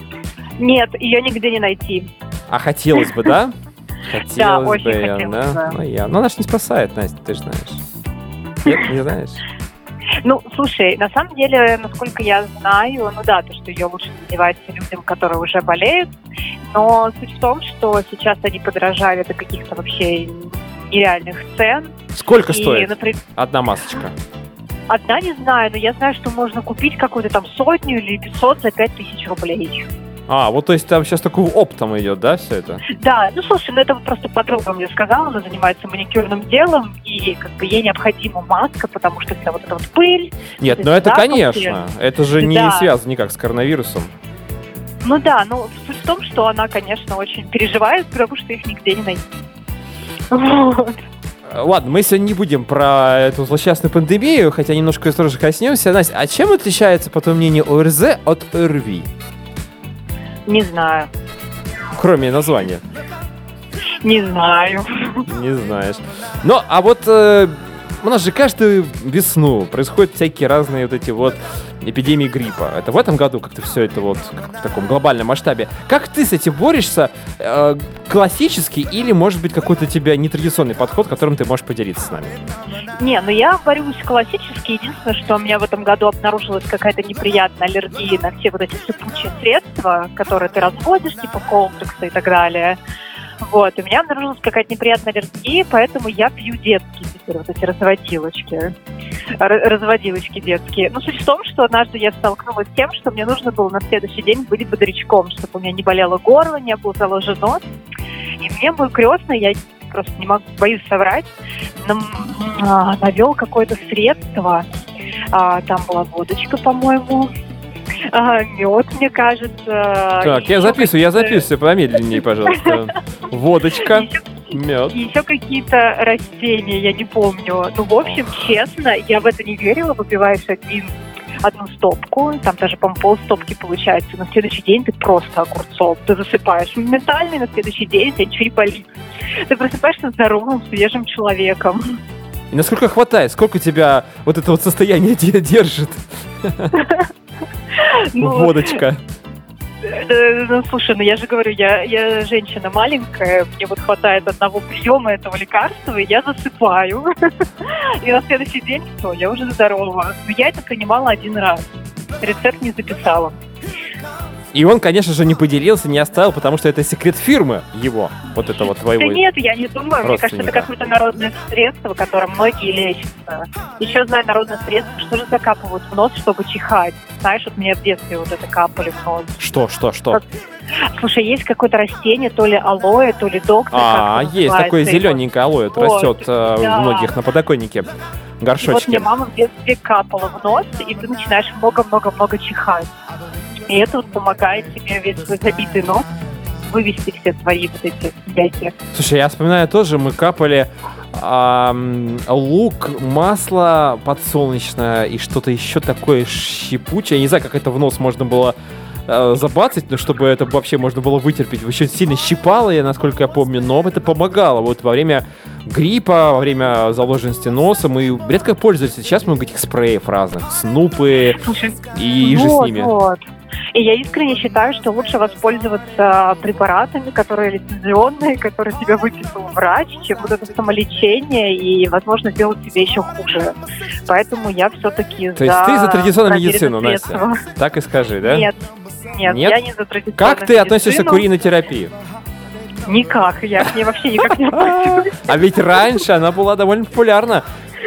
Нет, ее нигде не найти.
А хотелось бы, да? Хотелось
очень
бы, её,
хотелось
да?
бы.
Ну, я. Ну, она ж не спасает, Настя, ты же знаешь. Нет, не знаешь?
Ну, слушай, на самом деле, насколько я знаю, ну да, то, что ее лучше надевать людям, которые уже болеют, но суть в том, что сейчас они подорожали до каких-то вообще нереальных цен.
Сколько
И,
стоит
например,
одна масочка?
одна не знаю, но я знаю, что можно купить какую-то там сотню или пятьсот за пять тысяч рублей.
А, вот то есть там сейчас такой оптом идет, да, все это?
Да, ну слушай, ну это вот просто подруга мне сказала, она занимается маникюрным делом, и как бы ей необходима маска, потому что вся вот эта вот пыль.
Нет,
вот
ну
эти
это
запахи.
конечно. Это же не
Да.
связано никак с коронавирусом.
Ну да, ну суть в том, что она, конечно, очень переживает, потому что их нигде не найти. Вот.
Ладно, мы сегодня не будем про эту злосчастную пандемию, хотя немножко ее тоже коснемся. Настя, а чем отличается, по твоему мнению, ОРЗ от ОРВИ?
Не знаю,
Кроме названия.
не знаю.
Не знаешь. Ну, а вот э, у нас же каждую весну происходят всякие разные вот эти вот эпидемии гриппа. Это в этом году как-то все это вот как в таком глобальном масштабе. Как ты с этим борешься? Э, классический или, может быть, какой-то у тебя нетрадиционный подход, которым ты можешь поделиться с нами?
Не, ну я борюсь классически. Единственное, что у меня в этом году обнаружилась какая-то неприятная аллергия на все вот эти сыпучие средства, которые ты разводишь, типа колтрекса и так далее. Вот, и у меня обнаружилась какая-то неприятная аллергия, поэтому я пью детские теперь, вот эти разводилочки. Р- разводилочки детские. Ну, суть в том, что однажды я столкнулась с тем, что мне нужно было на следующий день быть бодрячком, чтобы у меня не болело горло, не был заложен нос. И мне мой крестный, я просто не могу, боюсь соврать, нам, а, навел какое-то средство. А, там была водочка, по-моему, а, мед, мне кажется.
Так, я
еще
записываю, я
какие-то-
записываю, помедленнее, пожалуйста. Водочка, мед.
И еще какие-то растения, я не помню. Ну, в общем, честно, я в это не верила. Выпиваешь один, одну стопку, там даже, по-моему, полстопки получается. На следующий день ты просто огурцом. Ты засыпаешь моментально, и на следующий день тебя ничего не болит. Ты просыпаешься здоровым, свежим человеком.
И насколько хватает? Сколько тебя вот это вот состояние де- держит?
Ну,
Водочка.
э, ну, слушай, ну я же говорю, я, я женщина маленькая, мне вот хватает одного приема этого лекарства, и я засыпаю. И на следующий день все, я уже здорова. Но я это принимала один раз. Рецепт не записала.
И он, конечно же, не поделился, не оставил, потому что это секрет фирмы его, вот это вот
Да
твоего.
нет, я не думаю. Мне кажется, это
родственника.
какое-то народное средство, которым многие лечатся. Еще знаю народное средство, что же закапывают в нос, чтобы чихать. Знаешь, вот мне в детстве вот это капали в нос.
Что, что, что?
Слушай, есть какое-то растение, то ли алоэ, то ли доктор.
А,
как
есть такое
называется, и
зелененькое алоэ, это
Вот,
растет э,
да.
у многих на подоконнике.
вот- И вот
Горшочки.
мне мама в детстве капала в нос, и ты начинаешь много-много-много чихать. И это вот помогает тебе весь свой забитый нос вывести все свои вот эти яйки.
Слушай, я вспоминаю тоже, мы капали ам, лук, масло подсолнечное и что-то еще такое щепучее. Я не знаю, как это в нос можно было э, забацать, но чтобы это вообще можно было вытерпеть. Очень сильно щипало, я, насколько я помню, но это помогало. Вот во время гриппа, во время заложенности носа мы редко пользовались. Сейчас много этих спреев разных, снупы
Слушай,
и же
вот,
с ними.
вот. И я искренне считаю, что лучше воспользоваться препаратами, которые лицензионные, которые тебе выписал врач, чем вот это самолечение и, возможно, сделать тебе еще хуже. Поэтому я все-таки
То есть ты за традиционную
проверенные
медицину, Настя?
средства.
Так и скажи, да?
Нет, нет,
Нет?
я не за традиционную
Как ты относишься к
медицину.
уринотерапии?
Никак, я к ней вообще никак не отношусь.
А ведь раньше она была довольно популярна.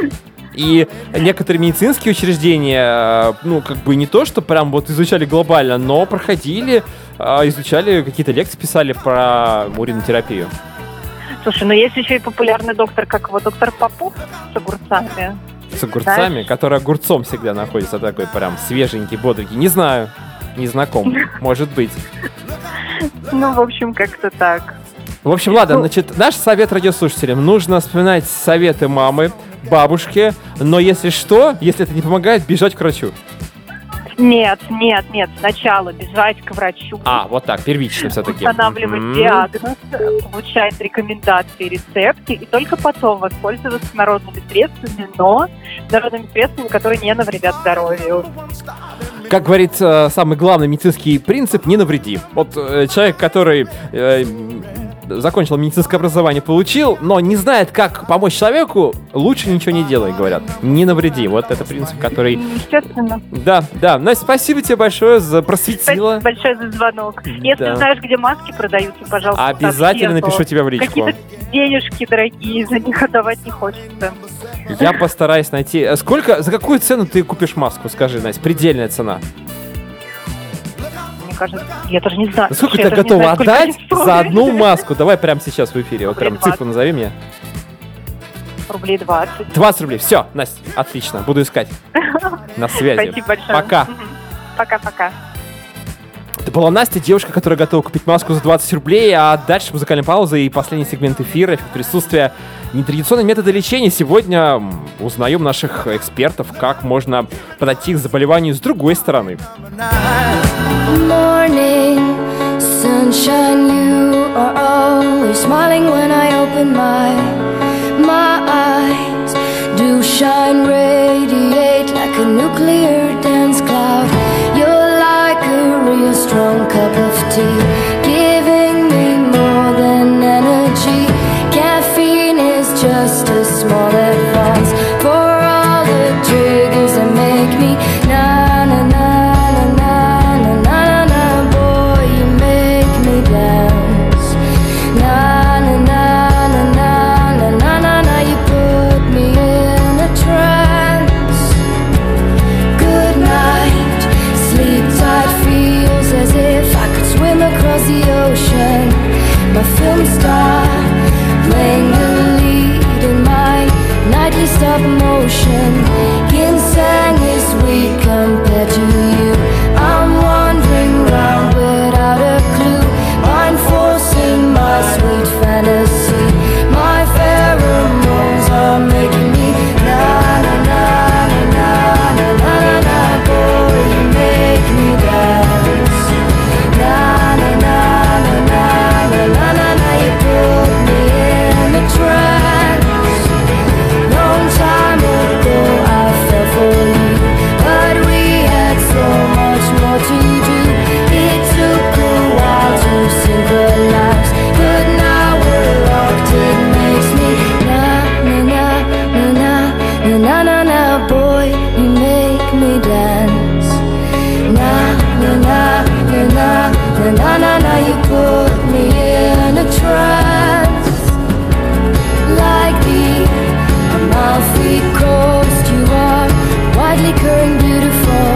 И некоторые медицинские учреждения, э, ну, как бы не то, что прям вот изучали глобально, но проходили, э, изучали, какие-то лекции писали про уринотерапию.
Слушай, ну есть еще и популярный доктор, как его, доктор Попов с огурцами.
С огурцами,
Знаешь?
который огурцом всегда находится, такой прям свеженький, бодренький. Не знаю, не знаком, может быть.
Ну, в общем, как-то так.
В общем, ладно, значит, наш совет радиослушателям. Нужно вспоминать советы мамы, бабушки, но если что, если это не помогает, бежать к врачу.
Нет, нет, нет, сначала бежать к врачу,
А, вот так, первично все-таки.
устанавливать диагноз, получать рекомендации, рецепты, и только потом воспользоваться народными средствами, но народными средствами, которые не навредят здоровью.
Как говорит э, самый главный медицинский принцип, не навреди. Вот э, человек, который э, закончил медицинское образование, получил, но не знает, как помочь человеку, лучше ничего не делай, говорят. Не навреди. Вот это принцип, который...
Естественно.
Да, да. Настя, спасибо тебе большое за просветила.
Спасибо большое за звонок. Если
Да.
знаешь, где маски продаются, пожалуйста,
Обязательно
сообщи, а то
напишу тебе в личку.
Какие-то денежки дорогие, за них отдавать не хочется.
Я постараюсь найти... э, Сколько, за какую цену ты купишь маску, скажи, Настя? Предельная цена.
Мне кажется, я даже не знаю.
Сколько
Слушай,
ты
я даже не
готова
знаю, сколько
отдать
они стоят.
за одну маску? Давай прямо сейчас в эфире. Вот прям
Рублей
цифру назови мне.
Рублей двадцать.
двадцать рублей. Все, Настя, отлично. Буду искать. На связи.
Спасибо большое.
Пока.
Мгм. Пока-пока.
Это была Настя, девушка, которая готова купить маску за двадцать рублей, а дальше музыкальная пауза и последний сегмент эфира, эффект присутствия. Нетрадиционные методы лечения. Сегодня м, узнаем наших экспертов, как можно подойти к заболеванию с другой стороны.
Morning sunshine, you are always smiling when I open my my eyes. Do shine, radiate like a nuclear dance cloud. You're like a real strong cup of tea, giving me more than energy. Caffeine is just a small advance for all the triggers that make me na na na na na na na na. Boy, you make me dance. Na ocean. Ginseng is sweet compared to you. I'm wandering round without a clue. Mind forcing my sweet fantasy. My pheromones are making me na na na na na na na na. Boy, you make me dance. Na na na na na na na na na. You put me in a trance. Long time ago I fell for you, but we had so much more to do. It took a while to synchronize, but now we're locked. It makes me na na na na na na na na na. Boy, you make me dance. Na na na na na na na na na. You put me in a trance. Like the Amalfi Coast, you are widely current, beautiful,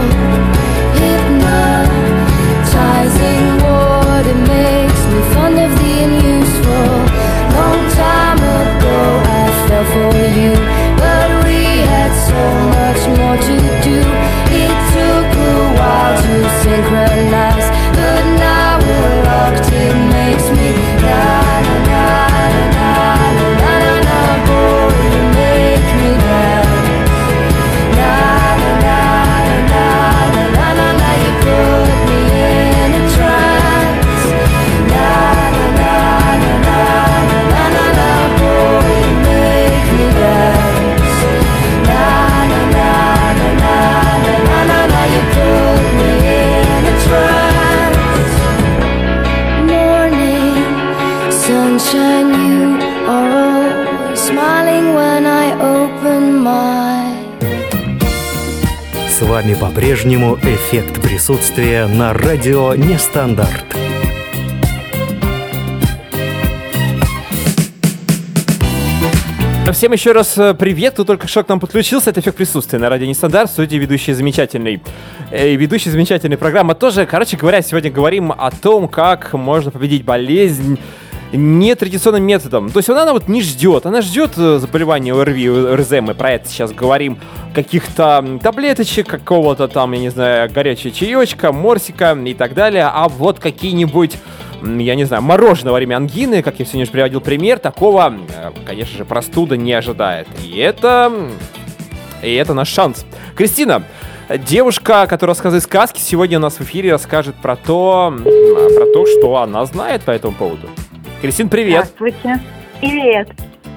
hypnotizing water makes me fond of the unuseful. Long time ago I fell for you, but we had so much more to do. It took a while to synchronize, but now we're locked. It makes me na na na na na na na na. Boy, you make me dance. Na na na na na na na na. You put me in a trance. Na na na na na na na na. Boy, you make me dance. Na na na na na na na na. You put me in a trance. Morning sunshine, you are always smiling when I open my.
С вами по-прежнему эффект присутствия на радио Нестандарт.
Всем еще раз э, привет, кто только что к нам подключился. Это «Эффект присутствия» на радио Нестандарт, в студии ведущий замечательный. Э, ведущий замечательной программы тоже. Короче говоря, сегодня говорим о том, как можно победить болезнь нетрадиционным методом. То есть она, она вот не ждет, она ждет э, заболевания ОРВИ, ОРЗ. Мы про это сейчас говорим. Каких-то таблеточек, какого-то там, я не знаю, горячего чаечка, морсика и так далее. А вот какие-нибудь, я не знаю, мороженое во время ангины, как я сегодня уже приводил пример, такого, конечно же, простуда не ожидает. И это... И это наш шанс. Кристина, девушка, которая рассказывает сказки, сегодня у нас в эфире расскажет про то, про то, что она знает по этому поводу. Кристин, привет.
Здравствуйте. Привет.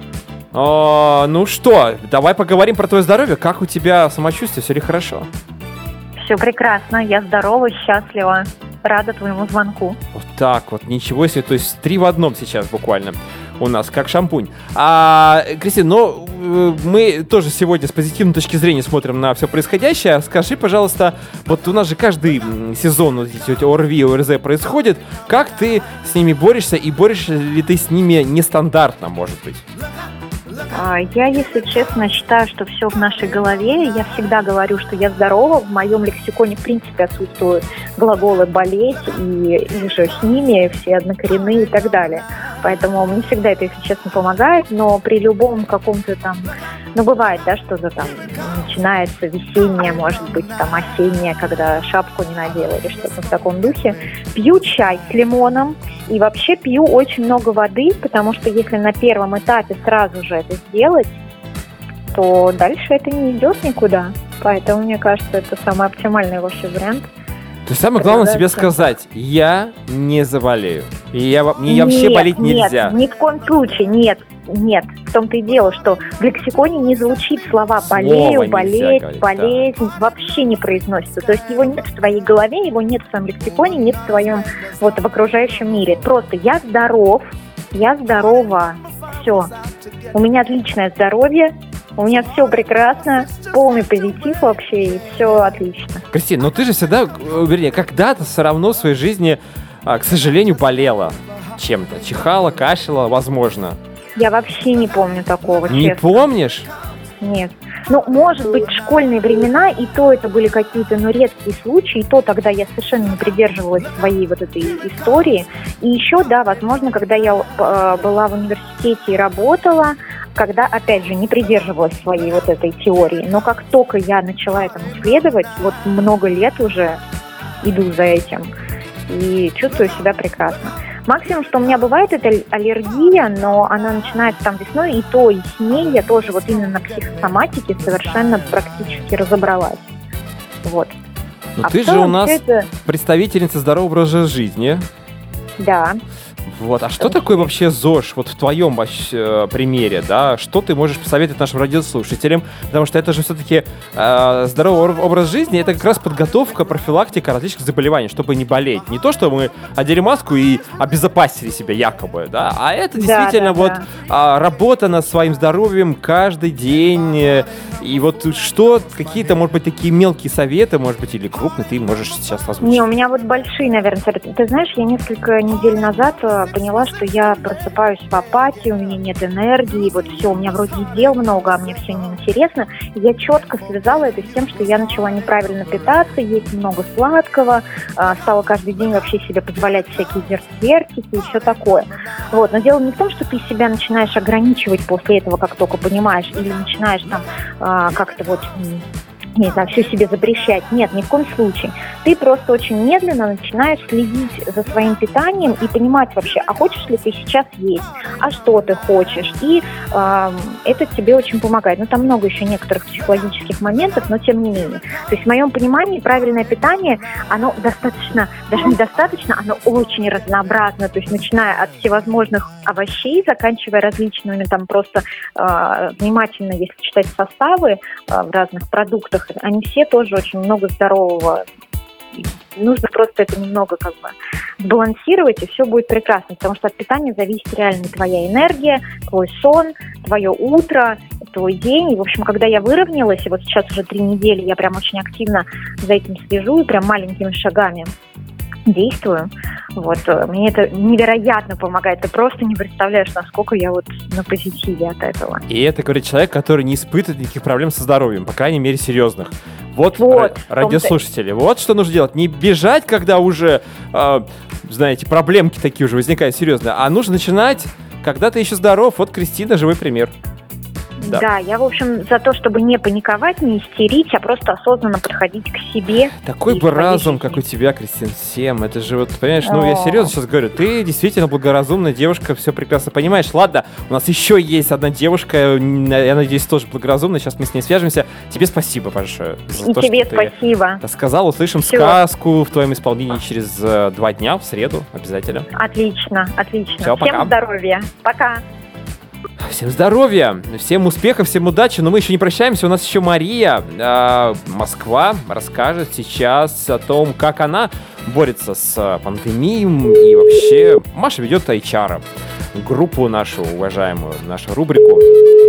О, ну что, давай поговорим про твое здоровье. Как у тебя самочувствие? Все ли хорошо?
Все прекрасно. Я здорова, счастлива. Рада твоему звонку.
Вот так вот, ничего себе. То есть три в одном сейчас буквально у нас, как шампунь. А, Кристина, ну, мы тоже сегодня с позитивной точки зрения смотрим на все происходящее. Скажи, пожалуйста, вот у нас же каждый сезон вот эти вот ОРВИ, ОРЗ происходит. Как ты с ними борешься и борешься ли ты с ними нестандартно, может быть?
Я, если честно, считаю, что все в нашей голове. Я всегда говорю, что я здорова. В моем лексиконе, в принципе, отсутствуют глаголы «болеть», и, и же с ними все однокоренные и так далее. Поэтому мне всегда это, если честно, помогает. Но при любом каком-то там... Ну, бывает, да, что-то там начинается весеннее, может быть, там осеннее, когда шапку не надела или что-то в таком духе. Пью чай с лимоном и вообще пью очень много воды, потому что если на первом этапе сразу же это сделать, то дальше это не идет никуда. Поэтому, мне кажется, это самый оптимальный вообще вариант.
То есть самое главное себе сказать: я не заболею. И я, мне нет, вообще болеть нельзя.
Нет, ни в коем случае, нет. Нет, в том-то и дело, что в лексиконе не звучит слова «болею», «болеть», говорить, «болезнь», да. Вообще не произносится. То есть его нет в твоей голове, его нет в твоем лексиконе, нет в твоем, вот, в окружающем мире. Просто я здоров, я здорова, все. У меня отличное здоровье, у меня все прекрасно, полный позитив вообще, и все отлично.
Кристина, ну ты же всегда, вернее, когда-то все равно в своей жизни, к сожалению, болела чем-то. Чихала, кашляла, возможно.
Я вообще не помню такого,
не
честно.
помнишь?
Нет. Ну, может быть, в школьные времена, и то это были какие-то, ну, редкие случаи, и то тогда я совершенно не придерживалась своей вот этой истории. И еще, да, возможно, когда я э, была в университете и работала,
когда, опять же, не придерживалась своей вот этой теории. Но как только я начала этому следовать, вот много лет уже иду за этим и чувствую себя прекрасно. Максимум, что у меня бывает, это аллергия, но она начинается там весной, и то, и с ней я тоже вот именно на психосоматике совершенно практически разобралась. Вот.
Ну
А
ты
в
же у
целом
нас
всё это-
представительница здорового образа жизни.
Да.
Вот. А что такое вообще ЗОЖ? Вот в твоем вообще, э, примере, да? Что ты можешь посоветовать нашим радиослушателям? Потому что это же все-таки э, здоровый ор- образ жизни, это как раз подготовка, профилактика различных заболеваний, чтобы не болеть. Не то, что мы одели маску и обезопасили себя якобы, да? А это
Да,
действительно
да,
вот
да.
а, работа над своим здоровьем каждый день. э, И вот что, какие-то, может быть, такие мелкие советы, может быть, или крупные, ты можешь сейчас озвучить.
Не, у меня вот большие, наверное, советы. Ты знаешь, я несколько недель назад э, поняла, что я просыпаюсь в апатии, у меня нет энергии, вот все, у меня вроде и дел много, а мне все неинтересно. И я четко связала это с тем, что я начала неправильно питаться, есть много сладкого, э, стала каждый день вообще себе позволять всякие вертики и все такое. Вот. Но дело не в том, что ты себя начинаешь ограничивать после этого, как только понимаешь, или начинаешь там э, как-то вот... м, не знаю, все себе запрещать. Нет, ни в коем случае. Ты просто очень медленно начинаешь следить за своим питанием и понимать вообще, а хочешь ли ты сейчас есть, а что ты хочешь. И э, это тебе очень помогает. Ну, там много еще некоторых психологических моментов, но тем не менее. То есть в моем понимании правильное питание, оно достаточно, даже недостаточно, оно очень разнообразно. То есть начиная от всевозможных овощей, заканчивая различными, там просто э, внимательно, если читать составы э, в разных продуктах, они все тоже очень много здорового. Нужно просто это немного как бы сбалансировать, и все будет прекрасно, потому что от питания зависит реально твоя энергия, твой сон, твое утро, твой день. И, в общем, когда я выровнялась, и вот сейчас уже три недели я прям очень активно за этим слежу, и прям маленькими шагами действую. Вот. Мне это невероятно помогает. Ты просто не представляешь, насколько я вот на позитиве от этого.
И это говорит человек, который не испытывает никаких проблем со здоровьем, по крайней мере, серьезных. Вот,
Вот,
ра- радиослушатели, вот что нужно делать. Не бежать, когда уже, э, знаете, проблемки такие уже возникают серьезные, а нужно начинать, когда ты еще здоров. Вот Кристина, живой пример.
Да.
Да.
я, в общем, за то, чтобы не паниковать, не истерить, а просто осознанно подходить к себе.
Такой
и
бы
своей
разум,
жизни.
как у тебя, Кристин, всем. Это же вот, понимаешь, ну я
О.
серьезно сейчас говорю, ты действительно благоразумная девушка, все прекрасно понимаешь. Ладно, у нас еще есть одна девушка, я надеюсь, тоже благоразумная, сейчас мы с ней свяжемся. Тебе спасибо большое за
И
то,
тебе
что ты
спасибо.
рассказал. Услышим
Всё.
сказку в твоем исполнении через э, два дня, в среду, обязательно.
Отлично, отлично.
Всё,
Всем
пока.
здоровья. Пока.
Всем здоровья, всем успехов, всем удачи, но мы еще не прощаемся, у нас еще Мария, э, Москва, расскажет сейчас о том, как она борется с э, пандемией и вообще Маша ведет эйч ар, группу нашу уважаемую, нашу рубрику.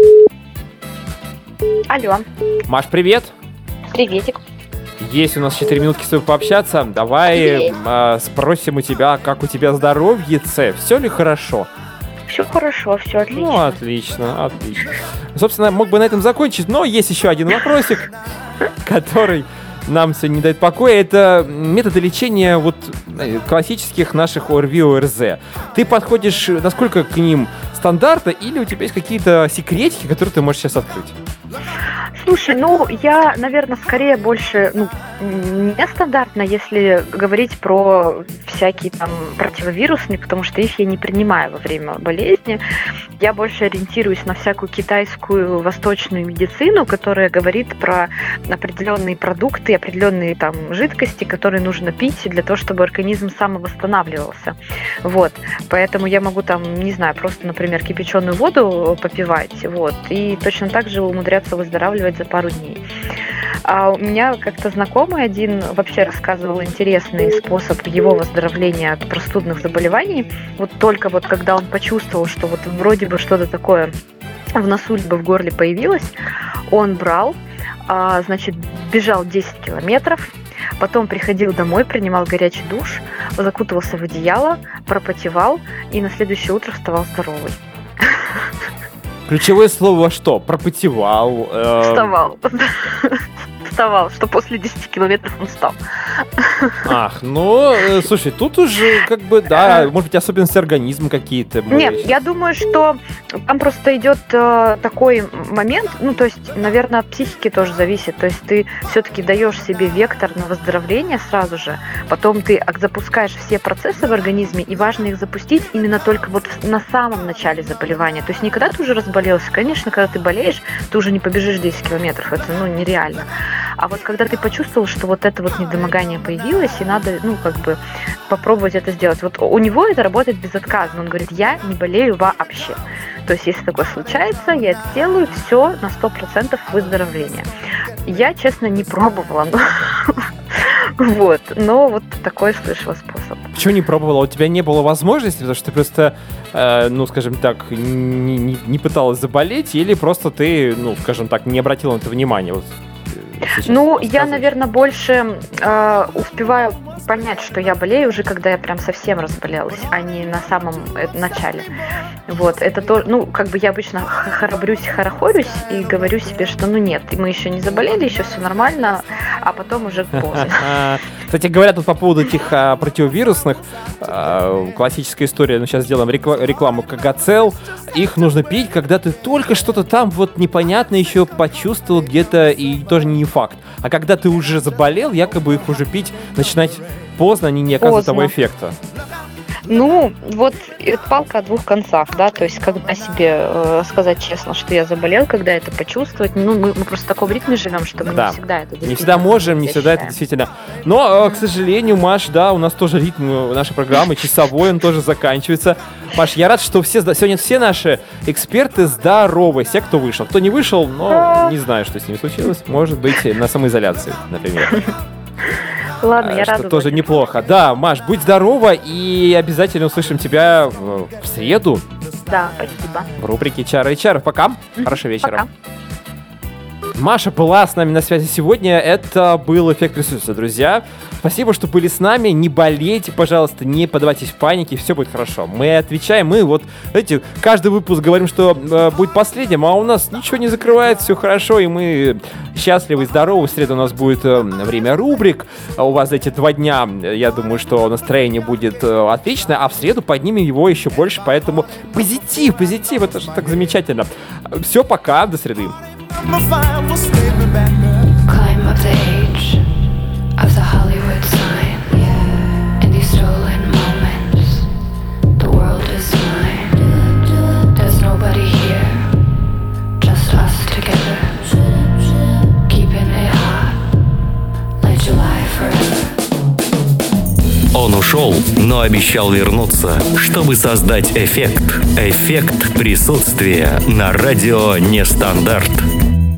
Алло,
Маш, привет!
приветик.
Есть у нас четыре минутки с тобой пообщаться, давай
Есть.
э, спросим у тебя, как у тебя здоровье, все ли хорошо?
Все хорошо, все отлично.
Ну, отлично, отлично. Собственно, мог бы на этом закончить, но есть еще один вопросик, который нам сегодня не дает покоя. Это методы лечения вот э, классических наших ОРВИ, ОРЗ. Ты подходишь, насколько к ним стандарта, или у тебя есть какие-то секретики, которые ты можешь сейчас открыть?
Слушай, ну, я, наверное, скорее больше, ну, нестандартно, если говорить про всякие там противовирусные, потому что их я не принимаю во время болезни. Я больше ориентируюсь на всякую китайскую восточную медицину, которая говорит про определенные продукты, определенные там жидкости, которые нужно пить для того, чтобы организм самовосстанавливался. Вот. Поэтому я могу там, не знаю, просто, например, кипяченую воду попивать, вот, и точно так же умудряться выздоравливать за пару дней. А у меня как-то знакомый один вообще рассказывал интересный способ его выздоровления от простудных заболеваний. Вот только вот когда он почувствовал, что вот вроде бы что-то такое в носу либо в горле появилось, он брал, а, значит, бежал десять километров, потом приходил домой, принимал горячий душ, закутывался в одеяло, пропотевал и на следующее утро вставал здоровый.
Ключевое слово что? Пропотевал. э,
Вставал. уставал, что после десяти километров он встал.
Ах, ну, э, слушай, тут уже как бы, да, может быть, особенности организма какие-то. мы
Нет,
щас-
я думаю, что там просто идет э, такой момент, ну, то есть, наверное, от психики тоже зависит. То есть ты все-таки даешь себе вектор на выздоровление сразу же, потом ты ак- запускаешь все процессы в организме, и важно их запустить именно только вот в- на самом начале заболевания. То есть не когда ты уже разболелся, конечно, когда ты болеешь, ты уже не побежишь десять километров, это, ну, нереально. А вот когда ты почувствовал, что вот это вот недомогание появилось, и надо, ну, как бы попробовать это сделать. Вот у него это работает безотказно. Он говорит, я не болею вообще. То есть, если такое случается, я это делаю, все на сто процентов выздоровление. Я, честно, не пробовала, но... Вот, но вот такой слышала способ.
Почему не пробовала? У тебя не было возможности, потому что ты просто, э, ну, скажем так, не, не- не пыталась заболеть, или просто ты, ну, скажем так, не обратила на это внимания? Вот, э, сейчас
Ну, я,
рассказывай.
наверное, больше э, успеваю понять, что я болею уже, когда я прям совсем разболелась, а не на самом э, начале. Вот, это то, ну, как бы я обычно х- храбрюсь, хорохорюсь и говорю себе, что ну нет, мы еще не заболели, еще все нормально, а потом уже поздно.
Кстати, говорят тут по поводу этих а, противовирусных, а, классическая история, ну, сейчас сделаем рекла- рекламу Кагацел, их нужно пить, когда ты только что-то там вот непонятно еще почувствовал где-то, и тоже не факт. А когда ты уже заболел, якобы их уже пить начинать поздно, они не оказывают
Поздно.
того эффекта.
Ну, вот это палка о двух концах, да, то есть когда себе э, сказать честно, что я заболел, когда это почувствовать, ну, мы, мы просто в таком ритме живем, что мы
Да.
не всегда это
Не всегда можем, не
я
всегда это
считаю.
действительно. Но, э, к сожалению, Маш, да, у нас тоже ритм э, нашей программы часовой, он тоже заканчивается. Маш, я рад, что все, зда- сегодня все наши эксперты здоровы, все, кто вышел. Кто не вышел, но не знаю, что с ними случилось. Может быть, на самоизоляции, например.
Ладно, я
Что
рада.
тоже неплохо. Да, Маш, будь здорова, и обязательно услышим тебя в, в среду
Да, спасибо.
в рубрике Чара и Чара. Пока. Хорошего вечера.
Пока.
Маша была с нами на связи сегодня. Это был «Эффект присутствия», друзья. Спасибо, что были с нами. Не болейте, пожалуйста, не поддавайтесь панике, все будет хорошо. Мы отвечаем, мы вот, знаете, каждый выпуск говорим, что э, будет последним, а у нас ничего не закрывается, все хорошо, и мы счастливы и здоровы. В среду у нас будет э, время рубрик. А у вас эти два дня, э, я думаю, что настроение будет э, отличное, а в среду поднимем его еще больше, поэтому позитив, позитив, это же так замечательно. Все, пока, до среды.
Climb up the age of the Hollywood sign. In these stolen moments, the world is mine. There's nobody here, just us together. Keeping it hot, like July forever.
Он ушел, но обещал вернуться, чтобы создать эффект. Эффект присутствия на радио Нестандарт.